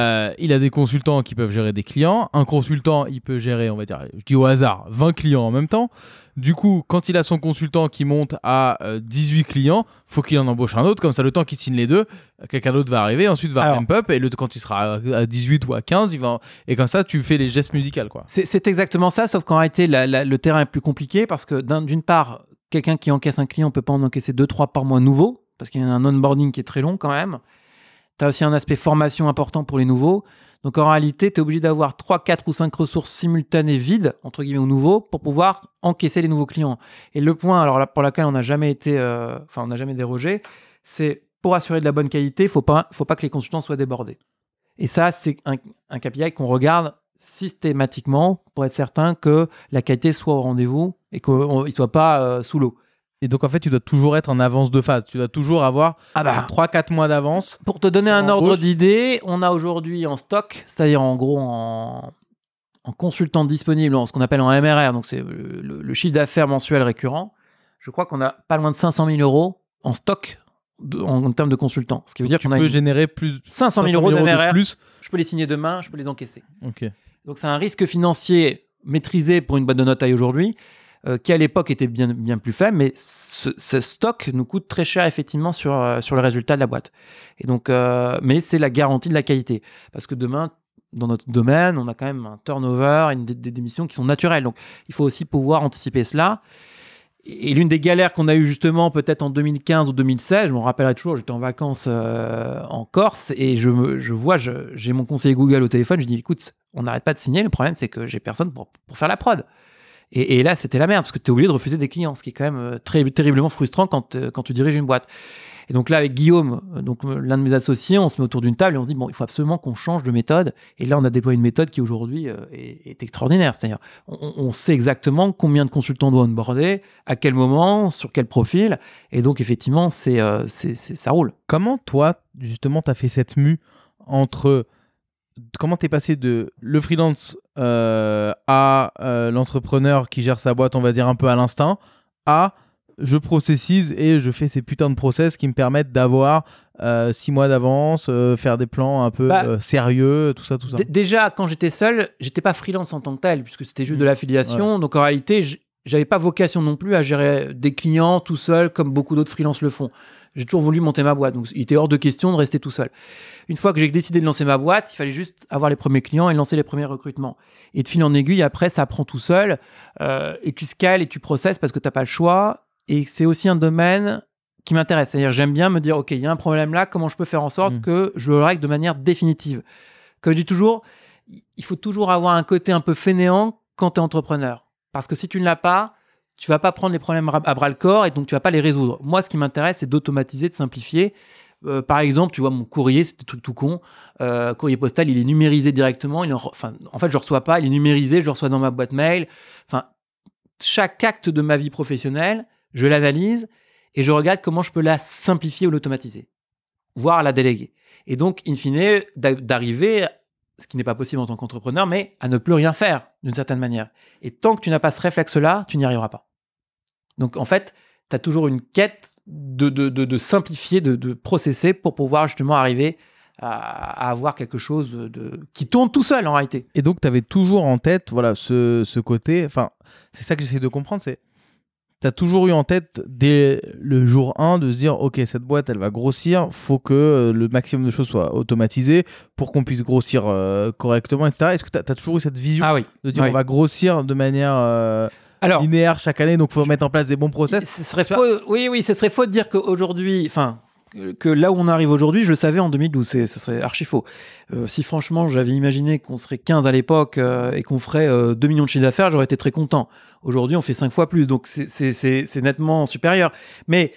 Il a des consultants qui peuvent gérer des clients. Un consultant, il peut gérer, on va dire, je dis au hasard, 20 clients en même temps. Du coup, quand il a son consultant qui monte à 18 clients, faut qu'il en embauche un autre. Comme ça, le temps qu'il signe les deux, quelqu'un d'autre va arriver, ensuite va ramp up. Et quand il sera à 18 ou à 15, et comme ça, tu fais les gestes musicaux, quoi. C'est exactement ça, sauf qu'en réalité, le terrain est plus compliqué parce que d'une part, quelqu'un qui encaisse un client ne peut pas en encaisser 2-3 par mois nouveaux parce qu'il y a un onboarding qui est très long quand même. Tu as aussi un aspect formation important pour les nouveaux. Donc en réalité, tu es obligé d'avoir 3, 4 ou 5 ressources simultanées vides, entre guillemets, aux nouveaux, pour pouvoir encaisser les nouveaux clients. Et le point, alors là, pour lequel on n'a jamais on n'a jamais dérogé, c'est pour assurer de la bonne qualité, il faut pas que les consultants soient débordés. Et ça, c'est un KPI qu'on regarde systématiquement pour être certain que la qualité soit au rendez-vous et qu'il ne soit pas sous l'eau. Et donc, en fait, tu dois toujours être en avance de phase. Tu dois toujours avoir 3-4 mois d'avance. Pour te donner un ordre d'idée, on a aujourd'hui en stock, c'est-à-dire en gros en consultant disponible, ce qu'on appelle en MRR, donc c'est le chiffre d'affaires mensuel récurrent, je crois qu'on a pas loin de 500 000 euros en stock en termes de consultants. Ce qui veut dire qu'on peut générer plus 500 000 euros de MRR. Je peux les signer demain, je peux les encaisser. Okay. Donc, c'est un risque financier maîtrisé pour une boîte de notre taille aujourd'hui, qui à l'époque était bien plus faible, mais ce stock nous coûte très cher effectivement sur le résultat de la boîte. Et donc, mais c'est la garantie de la qualité. Parce que demain, dans notre domaine, on a quand même un turnover, des démissions qui sont naturelles. Donc, il faut aussi pouvoir anticiper cela. Et l'une des galères qu'on a eues justement peut-être en 2015 ou 2016, je m'en rappellerai toujours, j'étais en vacances en Corse et j'ai mon conseiller Google au téléphone, je dis écoute, on n'arrête pas de signer, le problème c'est que j'ai personne pour faire la prod. Et là, c'était la merde, parce que tu es obligé de refuser des clients, ce qui est quand même terriblement frustrant quand tu diriges une boîte. Et donc là, avec Guillaume, l'un de mes associés, on se met autour d'une table et on se dit, bon, il faut absolument qu'on change de méthode. Et là, on a déployé une méthode qui aujourd'hui est extraordinaire. C'est-à-dire, on sait exactement combien de consultants on doit onboarder, à quel moment, sur quel profil. Et donc, effectivement, ça roule. Comment, toi, justement, tu as fait cette mue entre... Comment t'es passé de le freelance à l'entrepreneur qui gère sa boîte, on va dire un peu à l'instinct, à je processise et je fais ces putains de process qui me permettent d'avoir 6 mois d'avance, faire des plans un peu sérieux, tout ça. Déjà, quand j'étais seul, j'étais pas freelance en tant que tel, puisque c'était juste de l'affiliation. Ouais. Donc en réalité, j'avais pas vocation non plus à gérer des clients tout seul comme beaucoup d'autres freelances le font. J'ai toujours voulu monter ma boîte, donc il était hors de question de rester tout seul. Une fois que j'ai décidé de lancer ma boîte, il fallait juste avoir les premiers clients et lancer les premiers recrutements. Et de fil en aiguille, après, ça prend tout seul. Et tu scales et tu processes parce que tu n'as pas le choix. Et c'est aussi un domaine qui m'intéresse. C'est-à-dire, j'aime bien me dire, OK, il y a un problème là, comment je peux faire en sorte que je le règle de manière définitive. Comme je dis toujours, il faut toujours avoir un côté un peu fainéant quand tu es entrepreneur. Parce que si tu ne l'as pas, tu vas pas prendre les problèmes à bras le corps et donc tu vas pas les résoudre. Moi, ce qui m'intéresse, c'est d'automatiser, de simplifier. Par exemple, tu vois, mon courrier, c'est des trucs tout con. Courrier postal, il est numérisé directement. En fait, je le reçois pas. Il est numérisé, je le reçois dans ma boîte mail. Enfin, chaque acte de ma vie professionnelle, je l'analyse et je regarde comment je peux la simplifier ou l'automatiser, voire la déléguer. Et donc, in fine, d'arriver, ce qui n'est pas possible en tant qu'entrepreneur, mais à ne plus rien faire d'une certaine manière. Et tant que tu n'as pas ce réflexe-là, tu n'y arriveras pas. Donc, en fait, tu as toujours une quête de simplifier, de processer pour pouvoir justement arriver à avoir quelque chose qui tourne tout seul en réalité. Et donc, tu avais toujours en tête voilà, ce côté, enfin, c'est ça que j'essaie de comprendre, c'est tu as toujours eu en tête dès le jour 1 de se dire ok, cette boîte elle va grossir, faut que le maximum de choses soient automatisées pour qu'on puisse grossir correctement, etc. Est-ce que tu as toujours eu cette vision de dire on va grossir de manière linéaire chaque année, donc il faut mettre en place des bons process? Ce serait faux de dire qu'aujourd'hui, que là où on arrive aujourd'hui, je le savais en 2012, ça serait archi faux. Si franchement j'avais imaginé qu'on serait 15 à l'époque et qu'on ferait 2 millions de chiffres d'affaires, j'aurais été très content. Aujourd'hui, on fait 5 fois plus, donc c'est nettement supérieur. Mais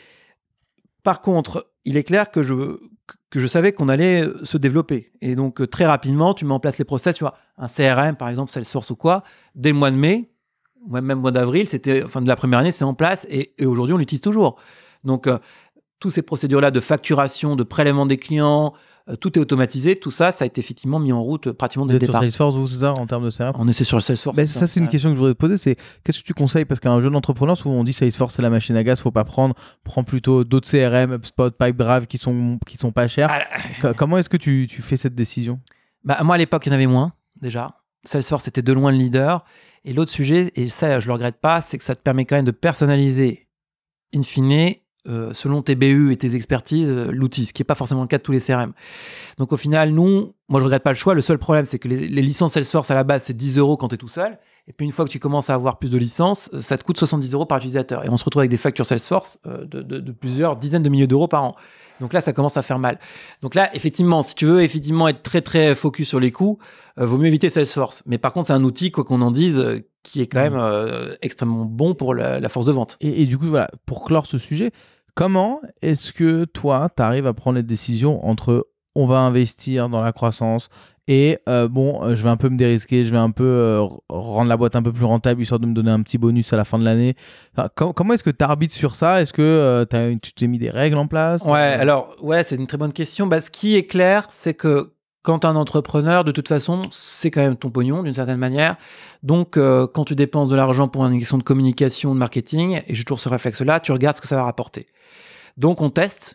par contre, il est clair que je savais qu'on allait se développer. Et donc très rapidement, tu mets en place les process, tu vois, un CRM par exemple, Salesforce ou quoi, dès le mois de mai, ou même mois d'avril, de la première année, c'est en place et aujourd'hui, on l'utilise toujours. Donc toutes ces procédures-là de facturation, de prélèvement des clients, tout est automatisé. Tout ça, ça a été effectivement mis en route pratiquement dès le départ. Sur Salesforce, vous, c'est ça, en termes de CRM? On essaie sur le Salesforce. Ça, c'est une question que je voudrais te poser. C'est qu'est-ce que tu conseilles? Parce qu'un jeune entrepreneur, souvent on dit Salesforce, c'est la machine à gaz, faut pas prendre. Prends plutôt d'autres CRM, HubSpot, Pipedrive qui sont pas chers. Comment est-ce que tu fais cette décision? Moi, à l'époque, il y en avait moins, déjà. Salesforce était de loin le leader. Et l'autre sujet, et ça, je le regrette pas, c'est que ça te permet quand même de personnaliser, in fine, selon tes BU et tes expertises, l'outil, ce qui n'est pas forcément le cas de tous les CRM. Donc au final, moi je ne regrette pas le choix. Le seul problème, c'est que les licences Salesforce à la base, c'est 10 € quand tu es tout seul. Et puis une fois que tu commences à avoir plus de licences, ça te coûte 70 € par utilisateur. Et on se retrouve avec des factures Salesforce de plusieurs dizaines de milliers d'euros par an. Donc là, ça commence à faire mal. Donc là, effectivement, si tu veux être très très focus sur les coûts, vaut mieux éviter Salesforce. Mais par contre, c'est un outil, quoi qu'on en dise, qui est quand même extrêmement bon pour la force de vente. Et du coup, voilà, pour clore ce sujet, comment est-ce que toi, tu arrives à prendre les décisions entre on va investir dans la croissance et je vais un peu me dérisquer, je vais un peu rendre la boîte un peu plus rentable histoire de me donner un petit bonus à la fin de l'année. Comment est-ce que tu arbitres sur ça? Est-ce que tu t'es mis des règles en place? C'est une très bonne question. Ce qui est clair, c'est que quand tu es un entrepreneur, de toute façon, c'est quand même ton pognon d'une certaine manière. Donc, quand tu dépenses de l'argent pour une question de communication, de marketing, et j'ai toujours ce réflexe-là, tu regardes ce que ça va rapporter. Donc, on teste,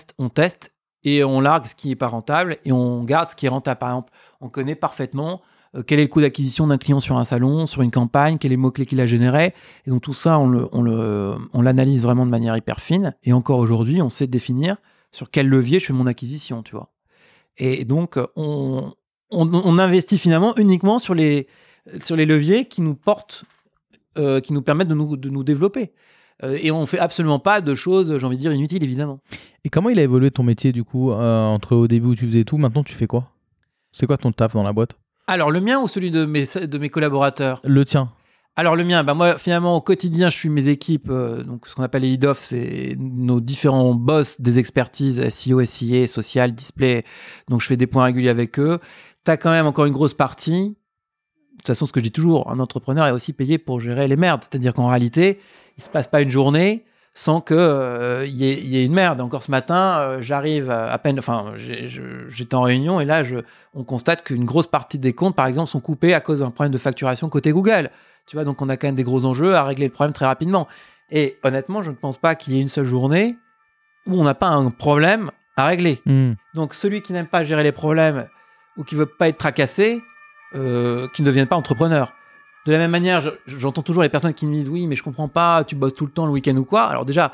et on largue ce qui n'est pas rentable, et on garde ce qui est rentable. Par exemple, on connaît parfaitement quel est le coût d'acquisition d'un client sur un salon, sur une campagne, quels sont les mots-clés qu'il a générés. Et donc, tout ça, on l'analyse vraiment de manière hyper fine. Et encore aujourd'hui, on sait définir sur quel levier je fais mon acquisition, tu vois. Et donc, on investit finalement uniquement sur les leviers qui nous portent, qui nous permettent de nous développer. Et on ne fait absolument pas de choses, j'ai envie de dire, inutiles, évidemment. Et comment il a évolué ton métier, du coup, entre au début où tu faisais tout, maintenant tu fais quoi? C'est quoi ton taf dans la boîte? Alors, le mien ou celui de mes collaborateurs? Le tien. Alors le mien, moi finalement au quotidien je suis mes équipes, donc ce qu'on appelle les lead-off, c'est nos différents boss des expertises SEO, SIA, social, display, donc je fais des points réguliers avec eux. T'as quand même encore une grosse partie, de toute façon ce que je dis toujours, un entrepreneur est aussi payé pour gérer les merdes, c'est-à-dire qu'en réalité il se passe pas une journée sans qu'il y ait une merde. Encore ce matin, j'arrive à peine, j'étais en réunion et là on constate qu'une grosse partie des comptes par exemple sont coupés à cause d'un problème de facturation côté Google. Tu vois, donc on a quand même des gros enjeux à régler le problème très rapidement. Et honnêtement, je ne pense pas qu'il y ait une seule journée où on n'a pas un problème à régler. Donc celui qui n'aime pas gérer les problèmes ou qui ne veut pas être tracassé, qui ne devienne pas entrepreneur. De la même manière, j'entends toujours les personnes qui me disent « Oui, mais je ne comprends pas, tu bosses tout le temps le week-end ou quoi ?» Alors déjà,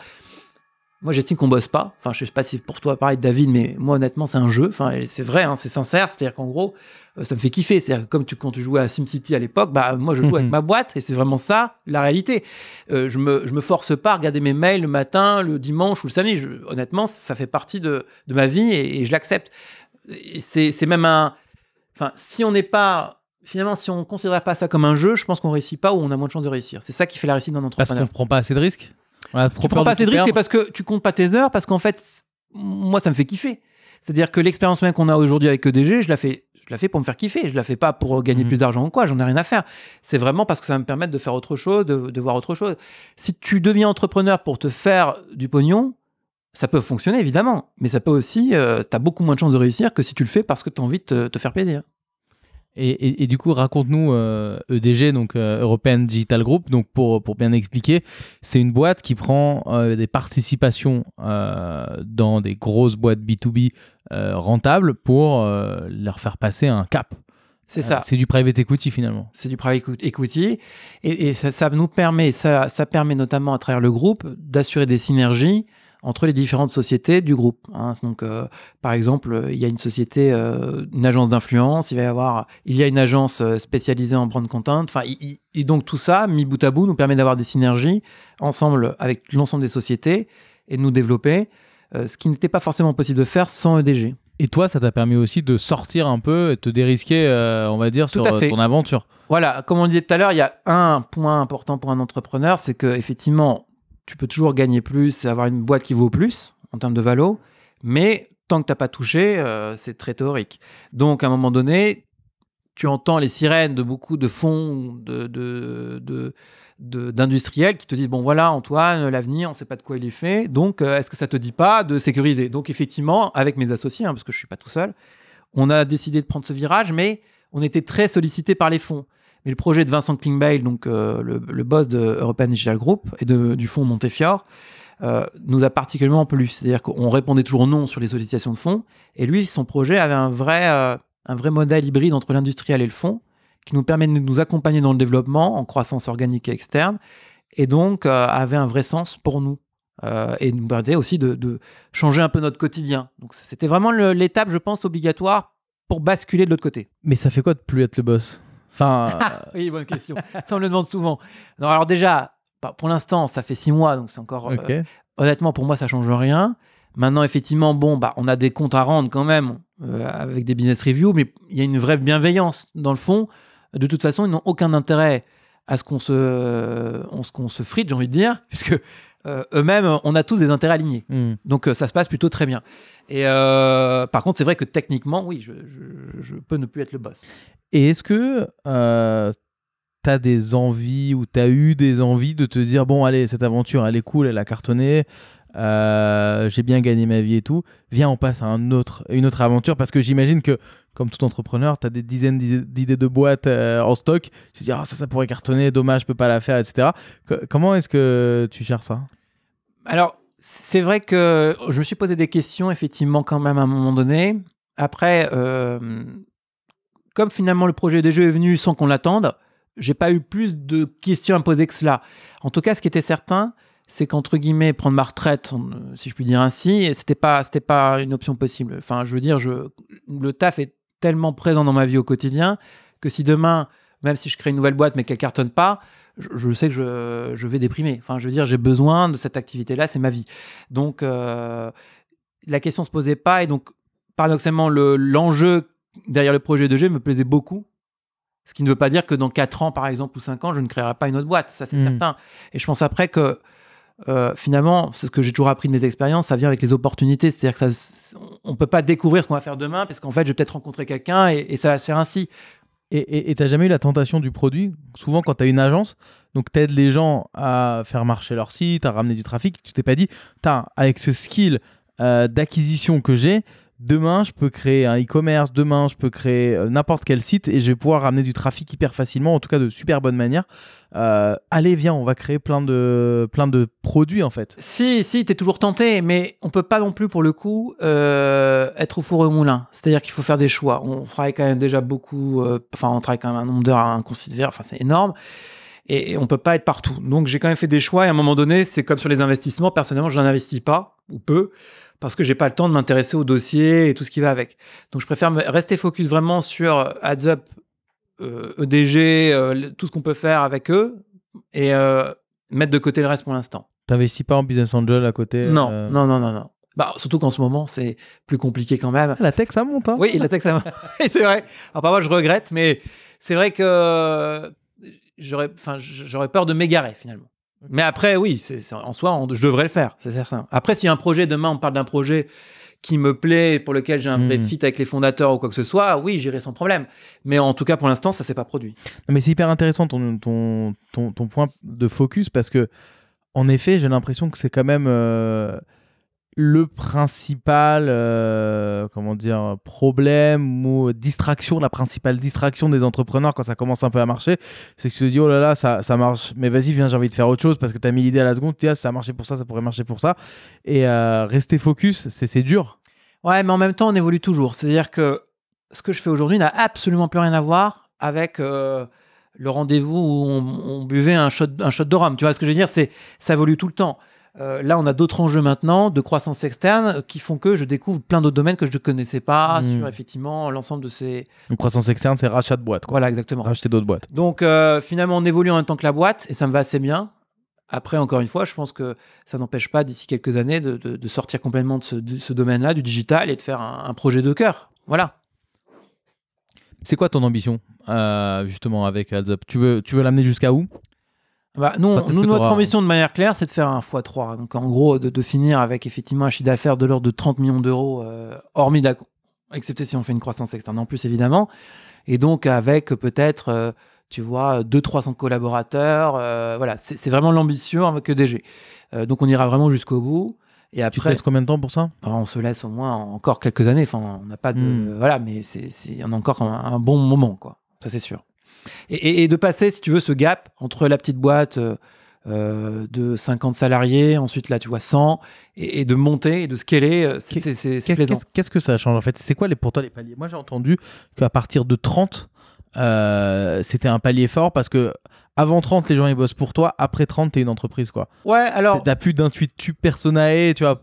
moi j'estime qu'on ne bosse pas. Enfin, je ne sais pas si pour toi pareil, David, mais moi honnêtement, c'est un jeu. Enfin, c'est vrai, c'est sincère. C'est-à-dire qu'en gros, ça me fait kiffer. C'est-à-dire que comme quand tu jouais à SimCity à l'époque, moi je joue avec ma boîte et c'est vraiment ça la réalité. Je me force pas à regarder mes mails le matin, le dimanche ou le samedi. Honnêtement, ça fait partie de ma vie et je l'accepte. Et c'est même si on n'est pas... Finalement, si on ne considérait pas ça comme un jeu, je pense qu'on ne réussit pas ou on a moins de chances de réussir. C'est ça qui fait la réussite d'un entrepreneur. Parce qu'on ne prend pas assez de risques? Tu ne prends pas assez de risques, c'est parce que tu comptes pas tes heures, parce qu'en fait, moi, ça me fait kiffer. C'est-à-dire que l'expérience même qu'on a aujourd'hui avec EDG, je la fais pour me faire kiffer. Je la fais pas pour gagner plus d'argent ou quoi. J'en ai rien à faire. C'est vraiment parce que ça va me permettre de faire autre chose, de voir autre chose. Si tu deviens entrepreneur pour te faire du pognon, ça peut fonctionner évidemment, mais ça peut aussi, tu as beaucoup moins de chances de réussir que si tu le fais parce que tu as envie de te faire plaisir. Et du coup, raconte-nous EDG, donc European Digital Group. Donc pour bien expliquer, c'est une boîte qui prend des participations dans des grosses boîtes B2B rentables pour leur faire passer un cap. C'est ça. C'est du private equity finalement. C'est du private equity. Et ça nous permet, ça permet notamment à travers le groupe d'assurer des synergies entre les différentes sociétés du groupe. Hein. Donc, par exemple, il y a une société, une agence d'influence, il y a une agence spécialisée en brand content. Enfin, et donc tout ça, mis bout à bout, nous permet d'avoir des synergies ensemble avec l'ensemble des sociétés et de nous développer, ce qui n'était pas forcément possible de faire sans EDG. Et toi, ça t'a permis aussi de sortir un peu et de te dérisquer, on va dire, sur ton aventure. Voilà, comme on disait tout à l'heure, il y a un point important pour un entrepreneur, c'est qu'effectivement, tu peux toujours gagner plus, avoir une boîte qui vaut plus en termes de valo, mais tant que tu n'as pas touché, c'est très théorique. Donc, à un moment donné, tu entends les sirènes de beaucoup de fonds, d'industriels qui te disent, bon voilà Antoine, l'avenir, on ne sait pas de quoi il est fait, donc est-ce que ça ne te dit pas de sécuriser ? Donc, effectivement, avec mes associés, parce que je ne suis pas tout seul, on a décidé de prendre ce virage, mais on était très sollicité par les fonds. Mais le projet de Vincent Klingbeil, donc le boss de European Digital Group et du fonds Montefiore, nous a particulièrement plu. C'est-à-dire qu'on répondait toujours non sur les sollicitations de fonds. Et lui, son projet avait un vrai modèle hybride entre l'industriel et le fonds qui nous permet de nous accompagner dans le développement en croissance organique et externe. Et donc, avait un vrai sens pour nous. Et nous permettait aussi de changer un peu notre quotidien. Donc, c'était vraiment l'étape, je pense, obligatoire pour basculer de l'autre côté. Mais ça fait quoi de plus être le boss ? Enfin, oui, bonne question. Ça, on me le demande souvent. Non, alors déjà, pour l'instant, ça fait 6 mois, donc c'est encore... okay. Honnêtement, pour moi, ça ne change rien. Maintenant, effectivement, on a des comptes à rendre quand même avec des business reviews, mais il y a une vraie bienveillance. Dans le fond, de toute façon, ils n'ont aucun intérêt à ce qu'on se frite, j'ai envie de dire, puisque eux-mêmes, on a tous des intérêts alignés. Donc, ça se passe plutôt très bien. Et par contre, c'est vrai que techniquement, oui, je peux ne plus être le boss. Et est-ce que tu as des envies ou tu as eu des envies de te dire, bon, allez, cette aventure, elle est cool, elle a cartonné, j'ai bien gagné ma vie et tout, viens, on passe à une autre aventure, parce que j'imagine que, comme tout entrepreneur, tu as des dizaines d'idées de boîtes en stock, tu te dis, ça pourrait cartonner, dommage, je peux pas la faire, etc. Comment est-ce que tu gères ça ? Alors, c'est vrai que je me suis posé des questions, effectivement, quand même, à un moment donné. Après... comme finalement le projet des jeux est venu sans qu'on l'attende, j'ai pas eu plus de questions à me poser que cela. En tout cas, ce qui était certain, c'est qu'entre guillemets, prendre ma retraite, si je puis dire ainsi, c'était pas une option possible. Enfin, je veux dire, le taf est tellement présent dans ma vie au quotidien que si demain, même si je crée une nouvelle boîte mais qu'elle cartonne pas, je sais que je vais déprimer. Enfin, je veux dire, j'ai besoin de cette activité-là, c'est ma vie. Donc, la question se posait pas, et donc, paradoxalement, l'enjeu derrière le projet de jeu me plaisait beaucoup. Ce qui ne veut pas dire que dans 4 ans, par exemple, ou 5 ans, je ne créerai pas une autre boîte. Ça, c'est certain. Et je pense après que finalement, c'est ce que j'ai toujours appris de mes expériences, ça vient avec les opportunités. C'est-à-dire que on ne peut pas découvrir ce qu'on va faire demain, parce qu'en fait, je vais peut-être rencontrer quelqu'un et ça va se faire ainsi. Et tu n'as jamais eu la tentation du produit ? Souvent, quand tu as une agence, donc tu aides les gens à faire marcher leur site, à ramener du trafic, tu t'es pas dit, avec ce skill d'acquisition que j'ai, demain, je peux créer un e-commerce, demain, je peux créer n'importe quel site et je vais pouvoir ramener du trafic hyper facilement, en tout cas de super bonne manière. Allez, viens, on va créer plein de produits, en fait. Si, t'es toujours tenté, mais on peut pas non plus, pour le coup, être au four et au moulin. C'est-à-dire qu'il faut faire des choix. On travaille quand même déjà beaucoup, on travaille quand même un nombre d'heures inconsidérable, c'est énorme. Et on peut pas être partout. Donc, j'ai quand même fait des choix, et à un moment donné, c'est comme sur les investissements. Personnellement, je n'investis pas, ou peu, parce que j'ai pas le temps de m'intéresser au dossier et tout ce qui va avec. Donc, je préfère rester focus vraiment sur Adds Up, EDG, tout ce qu'on peut faire avec eux, et mettre de côté le reste pour l'instant. T'investis pas en business angel à côté ? Non. Surtout qu'en ce moment, c'est plus compliqué quand même. La tech, ça monte. Hein. Oui, la tech, ça monte. C'est vrai. Alors, parfois, je regrette, mais c'est vrai que j'aurais peur de m'égarer finalement. Mais après, oui, en soi, je devrais le faire, c'est certain. Après, s'il y a un projet, demain, on parle d'un projet qui me plaît, pour lequel j'ai un vrai fit avec les fondateurs ou quoi que ce soit, oui, j'irai sans problème. Mais en tout cas, pour l'instant, ça ne s'est pas produit. Non, mais c'est hyper intéressant ton point de focus, parce que, en effet, j'ai l'impression que c'est quand même le principal problème ou distraction, la principale distraction des entrepreneurs quand ça commence un peu à marcher, c'est que tu te dis oh là là ça marche, mais vas-y viens, j'ai envie de faire autre chose parce que tu as mis l'idée à la seconde, tu dis ça a marché pour ça pourrait marcher pour ça, et rester focus c'est dur. Ouais, mais en même temps on évolue toujours, c'est-à-dire que ce que je fais aujourd'hui n'a absolument plus rien à voir avec le rendez-vous où on buvait un shot de rhum, tu vois ce que je veux dire, ça évolue tout le temps. Là, on a d'autres enjeux maintenant de croissance externe qui font que je découvre plein d'autres domaines que je ne connaissais pas sur effectivement l'ensemble de ces... Une croissance externe, c'est rachat de boîte, quoi. Voilà, exactement. Racheter d'autres boîtes. Donc, finalement, on évolue en même temps que la boîte et ça me va assez bien. Après, encore une fois, je pense que ça n'empêche pas d'ici quelques années de sortir complètement de ce domaine-là, du digital, et de faire un projet de cœur. Voilà. C'est quoi ton ambition, justement, avec Adds Up ? Tu veux l'amener jusqu'à où ? Nous, notre ambition de manière claire, c'est de faire un x3. Donc, en gros, de finir avec effectivement un chiffre d'affaires de l'ordre de 30 millions d'euros, excepté si on fait une croissance externe en plus, évidemment. Et donc, avec peut-être, 200-300 collaborateurs. Voilà, c'est vraiment l'ambition avec EDG. Donc, on ira vraiment jusqu'au bout. Et après, tu te laisses combien de temps pour ça ? On se laisse au moins encore quelques années. Enfin, on n'a pas de... Voilà, mais on a encore un bon moment, quoi. Ça, c'est sûr. Et de passer, si tu veux, ce gap entre la petite boîte de 50 salariés, ensuite là, tu vois, 100, et de monter et de scaler, c'est plaisant. Qu'est-ce que ça change en fait ? C'est quoi pour toi les paliers ? Moi, j'ai entendu qu'à partir de 30, c'était un palier fort parce que avant 30, les gens ils bossent pour toi. Après 30, t'es une entreprise, quoi. Ouais, alors. T'as plus d'intuitu personae, tu vois.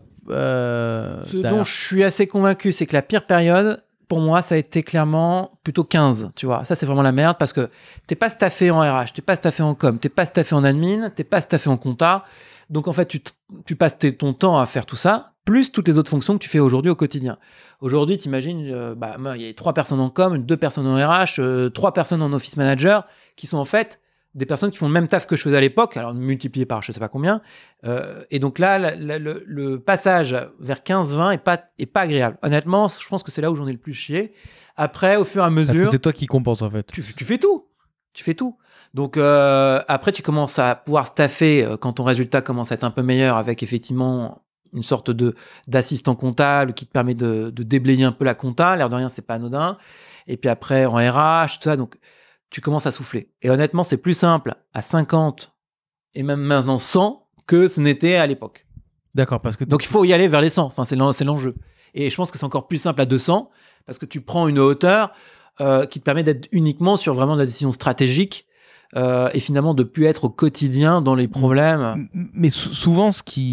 Ce dont je suis assez convaincu, c'est que la pire période, pour moi, ça a été clairement plutôt 15, tu vois. Ça, c'est vraiment la merde parce que t'es pas staffé en RH, t'es pas staffé en com, t'es pas staffé en admin, t'es pas staffé en compta. Donc, en fait, tu passes ton temps à faire tout ça, plus toutes les autres fonctions que tu fais aujourd'hui au quotidien. Aujourd'hui, t'imagines, il y a 3 personnes en com, 2 personnes en RH, 3 personnes en office manager qui sont en fait des personnes qui font le même taf que je faisais à l'époque, alors multiplié par je sais pas combien. Et donc là, le passage vers 15-20 est pas agréable. Honnêtement, je pense que c'est là où j'en ai le plus chié. Après, au fur et à mesure... Parce que c'est toi qui compense, en fait. Tu fais tout. Tu fais tout. Donc après, tu commences à pouvoir staffer quand ton résultat commence à être un peu meilleur avec effectivement une sorte d'assistant comptable qui te permet de déblayer un peu la compta. L'air de rien, c'est pas anodin. Et puis après, en RH, tout ça, donc... tu commences à souffler. Et honnêtement, c'est plus simple à 50 et même maintenant 100 que ce n'était à l'époque. D'accord, parce que... Donc, il faut y aller vers les 100. Enfin, c'est l'enjeu. Et je pense que c'est encore plus simple à 200 parce que tu prends une hauteur qui te permet d'être uniquement sur vraiment de la décision stratégique et finalement de plus être au quotidien dans les problèmes. Mais souvent,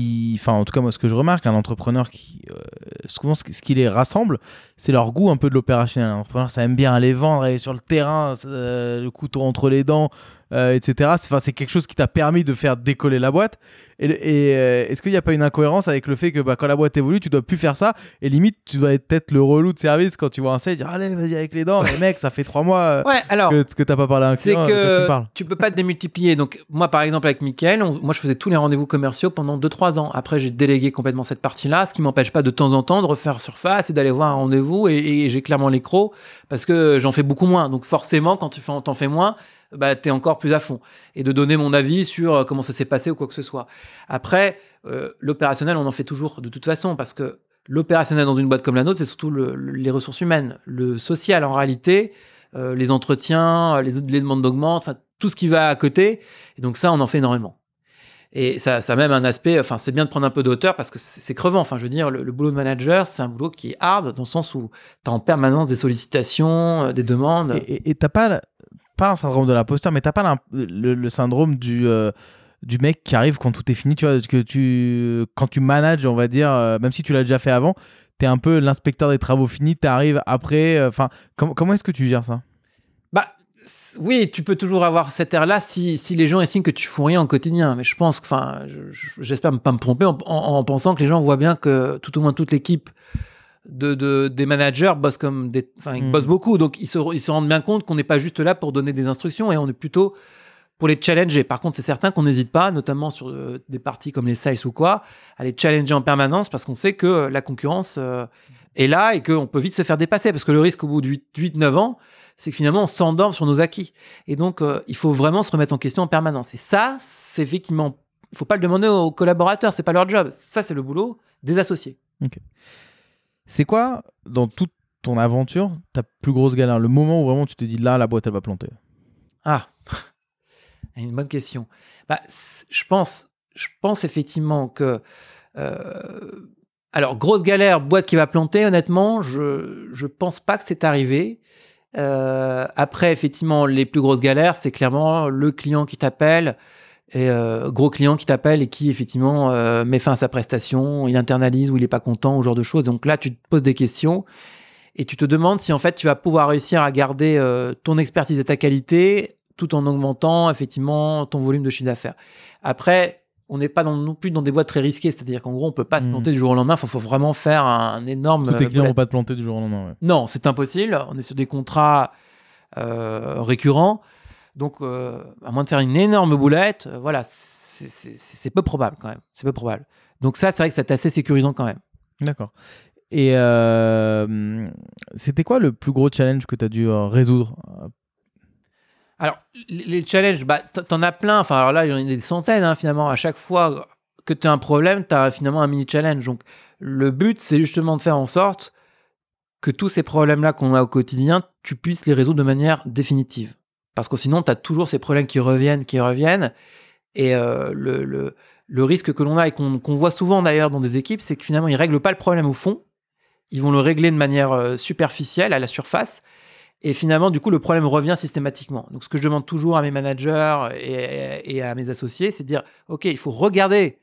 en tout cas, moi, ce que je remarque, un entrepreneur souvent, ce qui les rassemble, c'est leur goût un peu de l'opérationnel. Un entrepreneur, ça aime bien aller vendre, aller sur le terrain, le couteau entre les dents, etc. C'est quelque chose qui t'a permis de faire décoller la boîte. Et est-ce qu'il n'y a pas une incohérence avec le fait que quand la boîte évolue, tu dois plus faire ça et limite, tu dois être peut-être le relou de service quand tu vois un sales, dire allez, vas-y avec les dents, mais mec, ça fait 3 mois que t'as pas parlé à un client. C'est que tu peux pas te démultiplier. Donc, moi, par exemple, avec Mickaël, moi, je faisais tous les rendez-vous commerciaux pendant 2-3 ans. Après, j'ai délégué complètement cette partie-là, ce qui m'empêche pas de temps en temps de refaire surface et d'aller voir un rendez-vous et j'ai clairement les crocs parce que j'en fais beaucoup moins. Donc, forcément, quand t'en fais moins, t'es encore plus à fond. Et de donner mon avis sur comment ça s'est passé ou quoi que ce soit. Après, l'opérationnel, on en fait toujours de toute façon parce que l'opérationnel dans une boîte comme la nôtre, c'est surtout les ressources humaines. Le social, en réalité, les entretiens, les demandes d'augmente, enfin, tout ce qui va à côté. Et donc ça, on en fait énormément. Et ça a même un aspect, enfin, c'est bien de prendre un peu de hauteur parce que c'est crevant. Enfin, je veux dire, le boulot de manager, c'est un boulot qui est hard dans le sens où tu as en permanence des sollicitations, des demandes. Et t'as pas un syndrome de l'imposteur, mais t'as pas le syndrome du mec qui arrive quand tout est fini. Tu vois, quand tu manages, on va dire, même si tu l'as déjà fait avant, t'es un peu l'inspecteur des travaux finis, t'arrives après. Comment est-ce que tu gères ça ? Oui, tu peux toujours avoir cette ère-là si les gens estiment que tu fous rien au quotidien. Mais je pense que, j'espère pas me tromper en pensant que les gens voient bien que tout au moins toute l'équipe des managers bossent ils bossent beaucoup. Donc, ils se rendent bien compte qu'on n'est pas juste là pour donner des instructions et on est plutôt pour les challenger. Par contre, c'est certain qu'on n'hésite pas, notamment sur des parties comme les sales ou quoi, à les challenger en permanence parce qu'on sait que la concurrence est là et qu'on peut vite se faire dépasser. Parce que le risque au bout de 8-9 ans, c'est que finalement, on s'endorme sur nos acquis. Et donc, il faut vraiment se remettre en question en permanence. Et ça, c'est effectivement faut pas le demander aux collaborateurs, c'est pas leur job. Ça, c'est le boulot des associés. Ok. C'est quoi, dans toute ton aventure, ta plus grosse galère? Le moment où vraiment tu te dis, là, la boîte, elle va planter. Ah, une bonne question. Je pense effectivement que... alors, grosse galère, boîte qui va planter, honnêtement, je pense pas que c'est arrivé. Après, effectivement, les plus grosses galères, c'est clairement le client qui t'appelle, et gros client qui t'appelle et qui, effectivement, met fin à sa prestation, il internalise ou il n'est pas content, ou ce genre de choses. Donc là, tu te poses des questions et tu te demandes si, en fait, tu vas pouvoir réussir à garder ton expertise et ta qualité tout en augmentant, effectivement, ton volume de chiffre d'affaires. Après, on n'est pas non plus dans des boîtes très risquées, c'est-à-dire qu'en gros, on ne peut pas se planter du jour au lendemain. Il faut vraiment faire un énorme... Tous tes clients ne vont pas te planter du jour au lendemain. Ouais. Non, c'est impossible. On est sur des contrats récurrents. Donc, à moins de faire une énorme boulette, voilà, c'est peu probable quand même. C'est peu probable. Donc ça, c'est vrai que c'est assez sécurisant quand même. D'accord. Et c'était quoi le plus gros challenge que tu as dû résoudre? Alors, les challenges, t'en as plein. Enfin, alors là, il y en a des centaines, hein, finalement. À chaque fois que tu as un problème, tu as finalement un mini-challenge. Donc, le but, c'est justement de faire en sorte que tous ces problèmes-là qu'on a au quotidien, tu puisses les résoudre de manière définitive. Parce que sinon, tu as toujours ces problèmes qui reviennent. Et le risque que l'on a et qu'on voit souvent d'ailleurs dans des équipes, c'est que finalement, ils ne règlent pas le problème au fond. Ils vont le régler de manière superficielle, à la surface. Et finalement, du coup, le problème revient systématiquement. Donc, ce que je demande toujours à mes managers et à mes associés, c'est de dire, OK, il faut regarder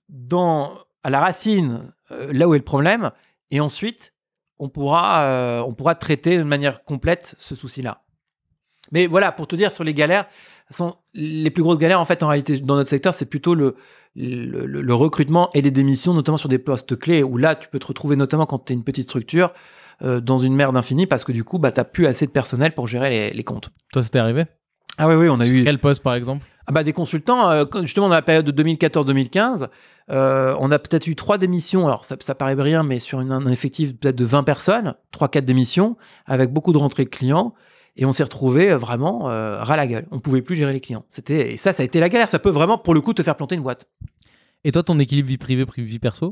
à la racine là où est le problème. Et ensuite, on pourra traiter de manière complète ce souci-là. Mais voilà, pour te dire, sur les galères, les plus grosses galères, en fait, en réalité, dans notre secteur, c'est plutôt le recrutement et les démissions, notamment sur des postes clés, où là, tu peux te retrouver, notamment quand tu es une petite structure, dans une merde infinie, parce que du coup, tu n'as plus assez de personnel pour gérer les comptes. Toi, c'était arrivé? Ah oui, on a eu... Quel poste, par exemple? Des consultants, justement, dans la période de 2014-2015, on a peut-être eu 3 démissions. Alors, ça paraît rien, mais sur un effectif peut-être de 20 personnes, 3-4 démissions, avec beaucoup de rentrées de clients. Et on s'est retrouvé vraiment ras la gueule. On ne pouvait plus gérer les clients. Et ça a été la galère. Ça peut vraiment, pour le coup, te faire planter une boîte. Et toi, ton équilibre vie privée, vie perso?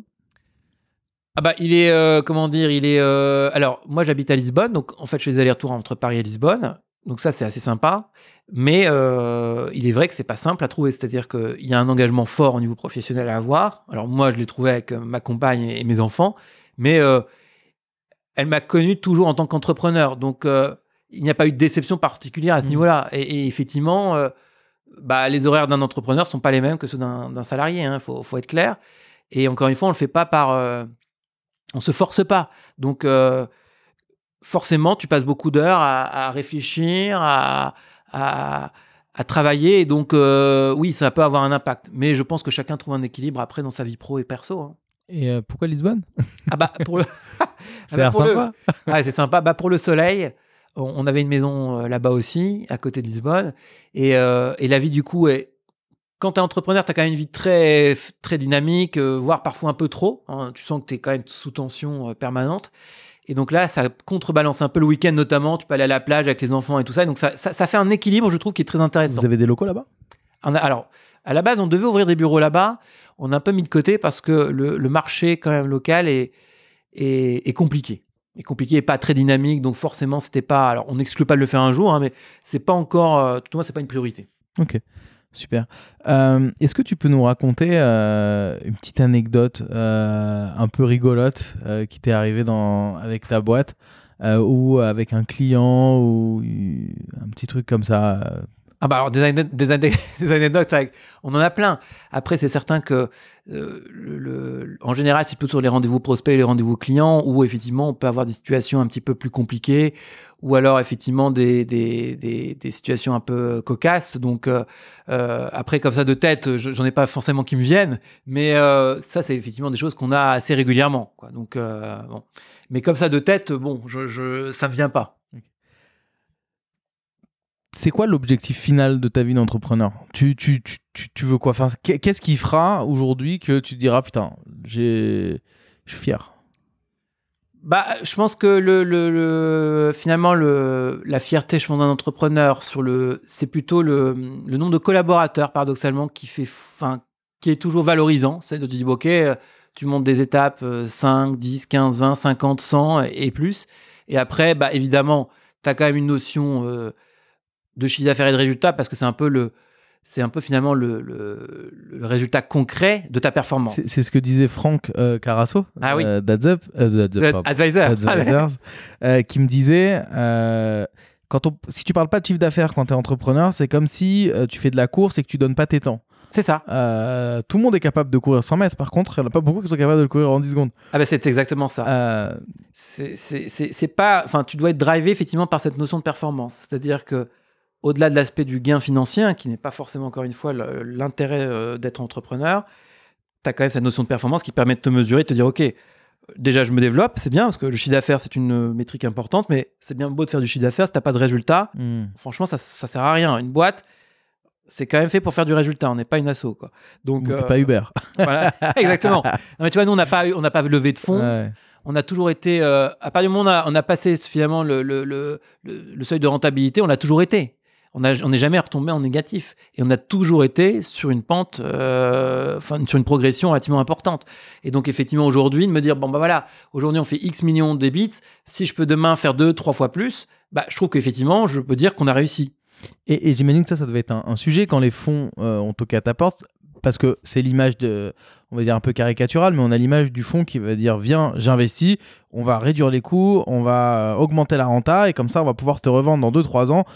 Il est, alors, moi, j'habite à Lisbonne. Donc, en fait, je fais des allers-retours entre Paris et Lisbonne. Donc ça, c'est assez sympa. Mais il est vrai que c'est pas simple à trouver. C'est-à-dire qu'il y a un engagement fort au niveau professionnel à avoir. Alors, moi, je l'ai trouvé avec ma compagne et mes enfants. Mais elle m'a connu toujours en tant qu'entrepreneur. Donc... il n'y a pas eu de déception particulière à ce niveau-là. Et effectivement, les horaires d'un entrepreneur ne sont pas les mêmes que ceux d'un salarié. Il faut être clair. Et encore une fois, on ne le fait pas on ne se force pas. Donc, forcément, tu passes beaucoup d'heures à réfléchir, à travailler. Et donc, oui, ça peut avoir un impact. Mais je pense que chacun trouve un équilibre après dans sa vie pro et perso. Hein. Et pourquoi Lisbonne? Pour le... Ça a l'air sympa. Ouais, c'est sympa. Pour le soleil... On avait une maison là-bas aussi, à côté de Lisbonne. Et la vie, du coup, quand tu es entrepreneur, tu as quand même une vie très, très dynamique, voire parfois un peu trop. Hein. Tu sens que tu es quand même sous tension permanente. Et donc là, ça contrebalance un peu le week-end, notamment. Tu peux aller à la plage avec les enfants et tout ça. Et donc ça fait un équilibre, je trouve, qui est très intéressant. Vous avez des locaux là-bas? Alors, à la base, on devait ouvrir des bureaux là-bas. On a un peu mis de côté parce que le marché quand même local est compliqué. Est compliqué et pas très dynamique, donc forcément c'était pas. Alors on n'exclut pas de le faire un jour, hein, mais c'est pas encore. Tout le monde, c'est pas une priorité. Ok, super. Est-ce que tu peux nous raconter une petite anecdote un peu rigolote qui t'est arrivée avec ta boîte ou avec un client ou un petit truc comme ça? Alors des anecdotes, on en a plein. Après, c'est certain que en général, c'est plutôt sur les rendez-vous prospects et les rendez-vous clients où effectivement, on peut avoir des situations un petit peu plus compliquées ou alors effectivement des situations un peu cocasses. Donc après, comme ça de tête, j'en ai pas forcément qui me viennent, mais ça, c'est effectivement des choses qu'on a assez régulièrement, quoi. Donc bon, mais comme ça de tête, bon, ça me vient pas. C'est quoi l'objectif final de ta vie d'entrepreneur? Tu veux quoi? Enfin, qu'est-ce qui fera aujourd'hui que tu te diras putain, je suis fier? Je pense que finalement la fierté, je pense, d'un entrepreneur c'est plutôt le nombre de collaborateurs, paradoxalement, qui fait, qui est toujours valorisant. C'est de te dire, ok, tu montes des étapes 5, 10, 15, 20, 50, 100 et plus. Et après, bah, évidemment, tu as quand même une notion de chiffre d'affaires et de résultat parce que c'est un peu finalement le résultat concret de ta performance. C'est ce que disait Franck Carasso d'Adzup, Advisors, qui me disait si tu parles pas de chiffre d'affaires quand tu es entrepreneur, c'est comme si tu fais de la course et que tu donnes pas tes temps. C'est ça. Tout le monde est capable de courir 100 mètres. Par contre, il n'y en a pas beaucoup qui sont capables de le courir en 10 secondes. Ah ben c'est exactement ça. C'est pas, enfin, tu dois être drivé effectivement par cette notion de performance. C'est-à-dire que au-delà de l'aspect du gain financier, hein, qui n'est pas forcément encore une fois l'intérêt d'être entrepreneur, tu as quand même cette notion de performance qui permet de te mesurer, de te dire ok, déjà je me développe, c'est bien parce que le chiffre d'affaires c'est une métrique importante, mais c'est bien beau de faire du chiffre d'affaires si t'as pas de résultat. Franchement, ça sert à rien. Une boîte, c'est quand même fait pour faire du résultat. On n'est pas une asso, quoi. Donc, t'es pas Uber. Voilà, exactement. Non, mais tu vois, nous, on n'a pas levé de fonds. Ouais. On a toujours été, à partir du moment où on a passé finalement le seuil de rentabilité, on a toujours été. On n'est jamais retombé en négatif. Et on a toujours été sur une pente, sur une progression relativement importante. Et donc, effectivement, aujourd'hui, de me dire, bon, bah voilà, aujourd'hui, on fait X millions d'EBITS. Si je peux demain faire 2-3 fois plus, bah, je trouve qu'effectivement, je peux dire qu'on a réussi. Et j'imagine que ça devait être un sujet quand les fonds ont toqué à ta porte, parce que c'est l'image on va dire un peu caricaturale, mais on a l'image du fonds qui va dire viens, j'investis, on va réduire les coûts, on va augmenter la renta, et comme ça on va pouvoir te revendre dans 2-3 ans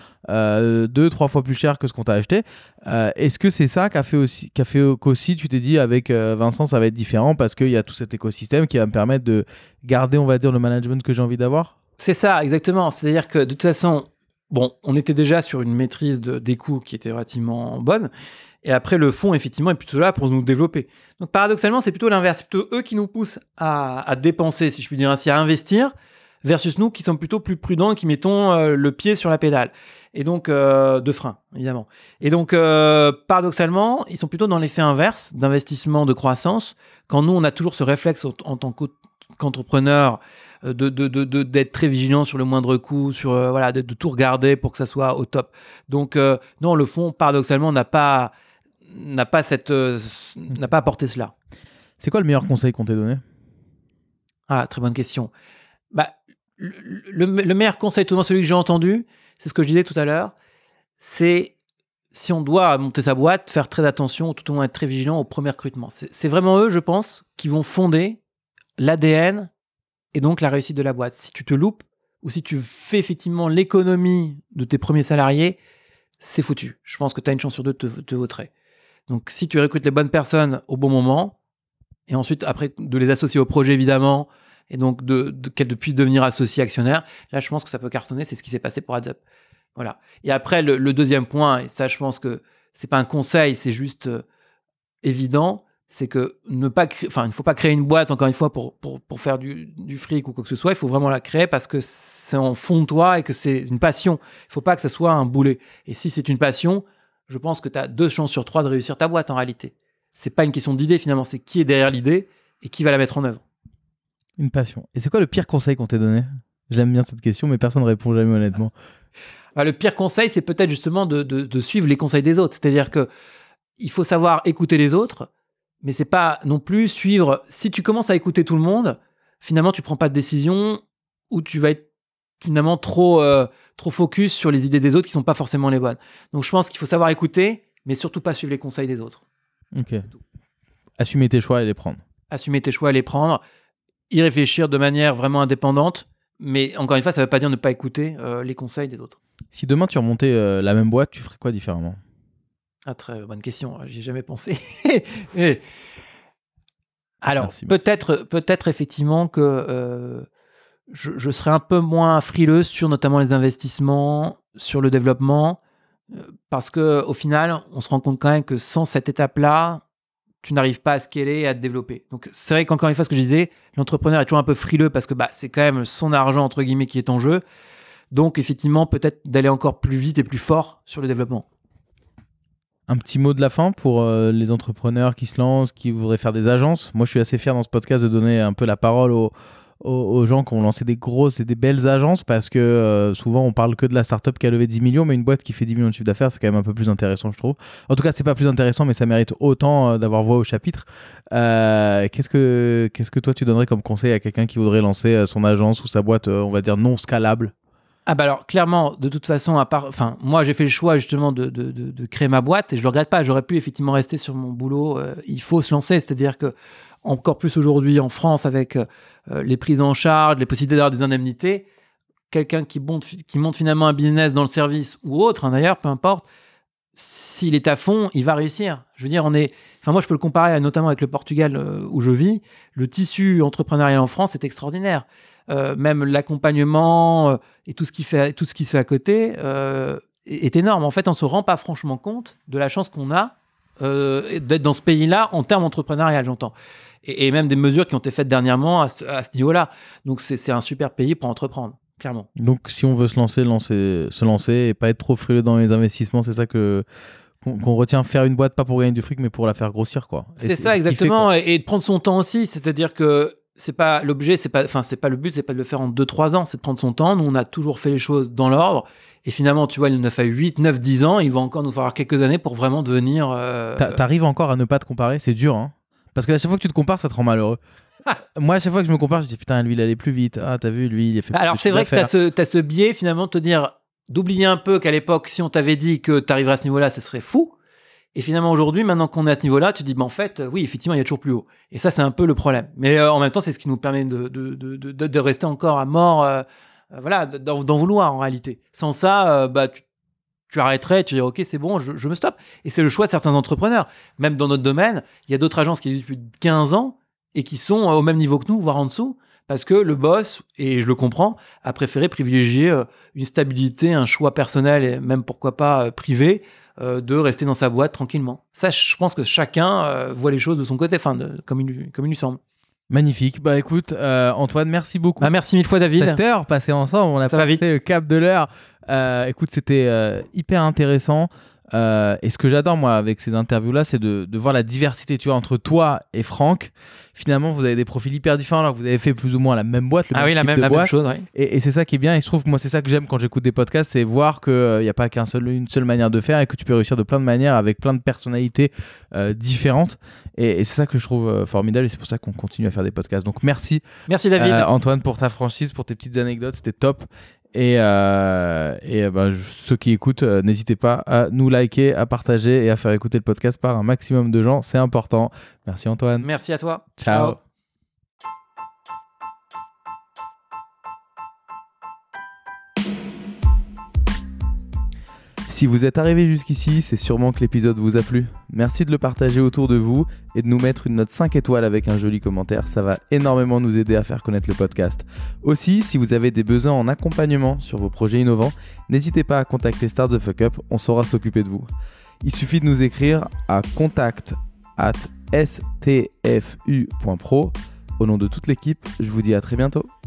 2-3 fois plus cher que ce qu'on t'a acheté. Est-ce que c'est ça qui a fait qu'aussi tu t'es dit avec Vincent ça va être différent parce qu'il y a tout cet écosystème qui va me permettre de garder, on va dire, le management que j'ai envie d'avoir? C'est ça, exactement. C'est-à-dire que de toute façon, bon, on était déjà sur une maîtrise des coûts qui était relativement bonne. Et après, le fonds, effectivement, est plutôt là pour nous développer. Donc, paradoxalement, c'est plutôt l'inverse. C'est plutôt eux qui nous poussent à dépenser, si je puis dire ainsi, à investir, versus nous qui sommes plutôt plus prudents et qui mettons le pied sur la pédale. Et donc, de frein, évidemment. Et donc, paradoxalement, ils sont plutôt dans l'effet inverse d'investissement, de croissance, quand nous, on a toujours ce réflexe en tant qu'entrepreneur d'être très vigilant sur le moindre coût, sur de tout regarder pour que ça soit au top. Donc non, le fonds paradoxalement n'a pas apporté cela. C'est quoi le meilleur conseil qu'on t'ait donné? Ah, très bonne question. Bah, le meilleur conseil, tout le monde, celui que j'ai entendu, c'est ce que je disais tout à l'heure, c'est si on doit monter sa boîte, faire très attention, ou tout au moins être très vigilant au premier recrutement. C'est vraiment eux, je pense, qui vont fonder l'ADN et donc la réussite de la boîte. Si tu te loupes ou si tu fais effectivement l'économie de tes premiers salariés, c'est foutu. Je pense que tu as une chance sur deux de te vautrer. Donc si tu recrutes les bonnes personnes au bon moment, et ensuite après de les associer au projet évidemment, et donc qu'elles puissent devenir associés actionnaires, là je pense que ça peut cartonner, c'est ce qui s'est passé pour Adzup. Voilà. Et après le deuxième point, et ça je pense que c'est pas un conseil, c'est juste évident, c'est que il ne faut pas créer une boîte, encore une fois, pour faire du fric ou quoi que ce soit. Il faut vraiment la créer parce que c'est en fond de toi et que c'est une passion. Il ne faut pas que ça soit un boulet. Et si c'est une passion, je pense que tu as 2 chances sur 3 de réussir ta boîte en réalité. C'est pas une question d'idée finalement, c'est qui est derrière l'idée et qui va la mettre en œuvre. Une passion. Et c'est quoi le pire conseil qu'on t'ait donné? J'aime bien cette question, mais personne ne répond jamais honnêtement. Le pire conseil, c'est peut-être justement de suivre les conseils des autres. C'est-à-dire que il faut savoir écouter les autres, mais c'est pas non plus suivre. Si tu commences à écouter tout le monde, finalement, tu prends pas de décision ou tu vas être finalement trop focus sur les idées des autres qui sont pas forcément les bonnes. Donc, je pense qu'il faut savoir écouter, mais surtout pas suivre les conseils des autres. Ok. Assumer tes choix et les prendre. Assumer tes choix et les prendre. Y réfléchir de manière vraiment indépendante. Mais encore une fois, ça veut pas dire ne pas écouter les conseils des autres. Si demain tu remontais la même boîte, tu ferais quoi différemment? Ah, très bonne question. J'y ai jamais pensé. Alors, peut-être effectivement que je serais un peu moins frileux sur notamment les investissements, sur le développement, parce qu'au final, on se rend compte quand même que sans cette étape-là, tu n'arrives pas à scaler et à te développer. Donc, c'est vrai qu'encore une fois, ce que je disais, l'entrepreneur est toujours un peu frileux parce que c'est quand même son argent, entre guillemets, qui est en jeu. Donc, effectivement, peut-être d'aller encore plus vite et plus fort sur le développement. Un petit mot de la fin pour les entrepreneurs qui se lancent, qui voudraient faire des agences. Moi, je suis assez fier dans ce podcast de donner un peu la parole aux gens qui ont lancé des grosses et des belles agences, parce que souvent on parle que de la startup qui a levé 10 millions, mais une boîte qui fait 10 millions de chiffre d'affaires, c'est quand même un peu plus intéressant, je trouve. En tout cas, c'est pas plus intéressant, mais ça mérite autant d'avoir voix au chapitre. Qu'est-ce que toi tu donnerais comme conseil à quelqu'un qui voudrait lancer son agence ou sa boîte, on va dire non scalable? Ah bah alors clairement, de toute façon, moi j'ai fait le choix justement de créer ma boîte et je le regrette pas. J'aurais pu effectivement rester sur mon boulot. Il faut se lancer, c'est-à-dire que encore plus aujourd'hui en France avec les prises en charge, les possibilités d'avoir des indemnités, quelqu'un qui monte finalement un business dans le service ou autre, d'ailleurs, peu importe, s'il est à fond, il va réussir. Je veux dire, moi je peux le comparer notamment avec le Portugal où je vis. Le tissu entrepreneurial en France est extraordinaire. Même l'accompagnement et tout ce qui se fait à côté est énorme. En fait, on se rend pas franchement compte de la chance qu'on a d'être dans ce pays-là en termes entrepreneurial, j'entends. Et même des mesures qui ont été faites dernièrement à ce niveau-là. Donc, c'est un super pays pour entreprendre, clairement. Donc, si on veut se lancer et pas être trop frileux dans les investissements, c'est ça qu'on retient, faire une boîte pas pour gagner du fric, mais pour la faire grossir, quoi. C'est ça, exactement. Et de prendre son temps aussi. C'est-à-dire que c'est pas le but, c'est pas de le faire en 2-3 ans, c'est de prendre son temps. Nous, on a toujours fait les choses dans l'ordre. Et finalement, tu vois, il 9 à 8, 9, 10 ans, il va encore nous falloir quelques années pour vraiment devenir... T'arrives encore à ne pas te comparer, c'est dur, hein. Parce qu'à chaque fois que tu te compares, ça te rend malheureux. Moi, à chaque fois que je me compare, je dis putain, lui, il allait plus vite. Ah, t'as vu, lui, il a fait plus Alors, c'est vrai que t'as ce biais, finalement, de te dire, d'oublier un peu qu'à l'époque, si on t'avait dit que t'arriverais à ce niveau-là, ce serait fou. Et finalement, aujourd'hui, maintenant qu'on est à ce niveau-là, tu te dis, en fait, oui, effectivement, il y a toujours plus haut. Et ça, c'est un peu le problème. Mais en même temps, c'est ce qui nous permet de rester encore à mort, d'en vouloir, en réalité. Sans ça, tu arrêterais, tu dirais, OK, c'est bon, je me stoppe. Et c'est le choix de certains entrepreneurs. Même dans notre domaine, il y a d'autres agences qui existent depuis 15 ans et qui sont au même niveau que nous, voire en dessous, parce que le boss, et je le comprends, a préféré privilégier une stabilité, un choix personnel et même, pourquoi pas, privé, de rester dans sa boîte tranquillement. Ça, je pense que chacun voit les choses de son côté, comme il lui semble. Magnifique. Bah écoute, Antoine, merci beaucoup. Merci mille fois, David. Cette heure passée ensemble, on a passé le cap de l'heure. Écoute, c'était hyper intéressant. Et ce que j'adore, moi, avec ces interviews-là, c'est de voir la diversité, tu vois, entre toi et Franck. Finalement, vous avez des profils hyper différents, alors que vous avez fait plus ou moins la même boîte, la même chose. Oui. Et c'est ça qui est bien. Et je trouve que moi, c'est ça que j'aime quand j'écoute des podcasts, c'est voir qu'il n'y a pas une seule manière de faire et que tu peux réussir de plein de manières avec plein de personnalités différentes. Et c'est ça que je trouve formidable. Et c'est pour ça qu'on continue à faire des podcasts. Donc, merci. Merci, David. Antoine, pour ta franchise, pour tes petites anecdotes. C'était top. Et ceux qui écoutent, n'hésitez pas à nous liker, à partager et à faire écouter le podcast par un maximum de gens, c'est important. Merci Antoine. Merci à toi. Ciao. Si vous êtes arrivé jusqu'ici, c'est sûrement que l'épisode vous a plu. Merci de le partager autour de vous et de nous mettre une note 5 étoiles avec un joli commentaire. Ça va énormément nous aider à faire connaître le podcast. Aussi, si vous avez des besoins en accompagnement sur vos projets innovants, n'hésitez pas à contacter Start the Fuck Up, on saura s'occuper de vous. Il suffit de nous écrire à contact@stfu.pro. Au nom de toute l'équipe, je vous dis à très bientôt.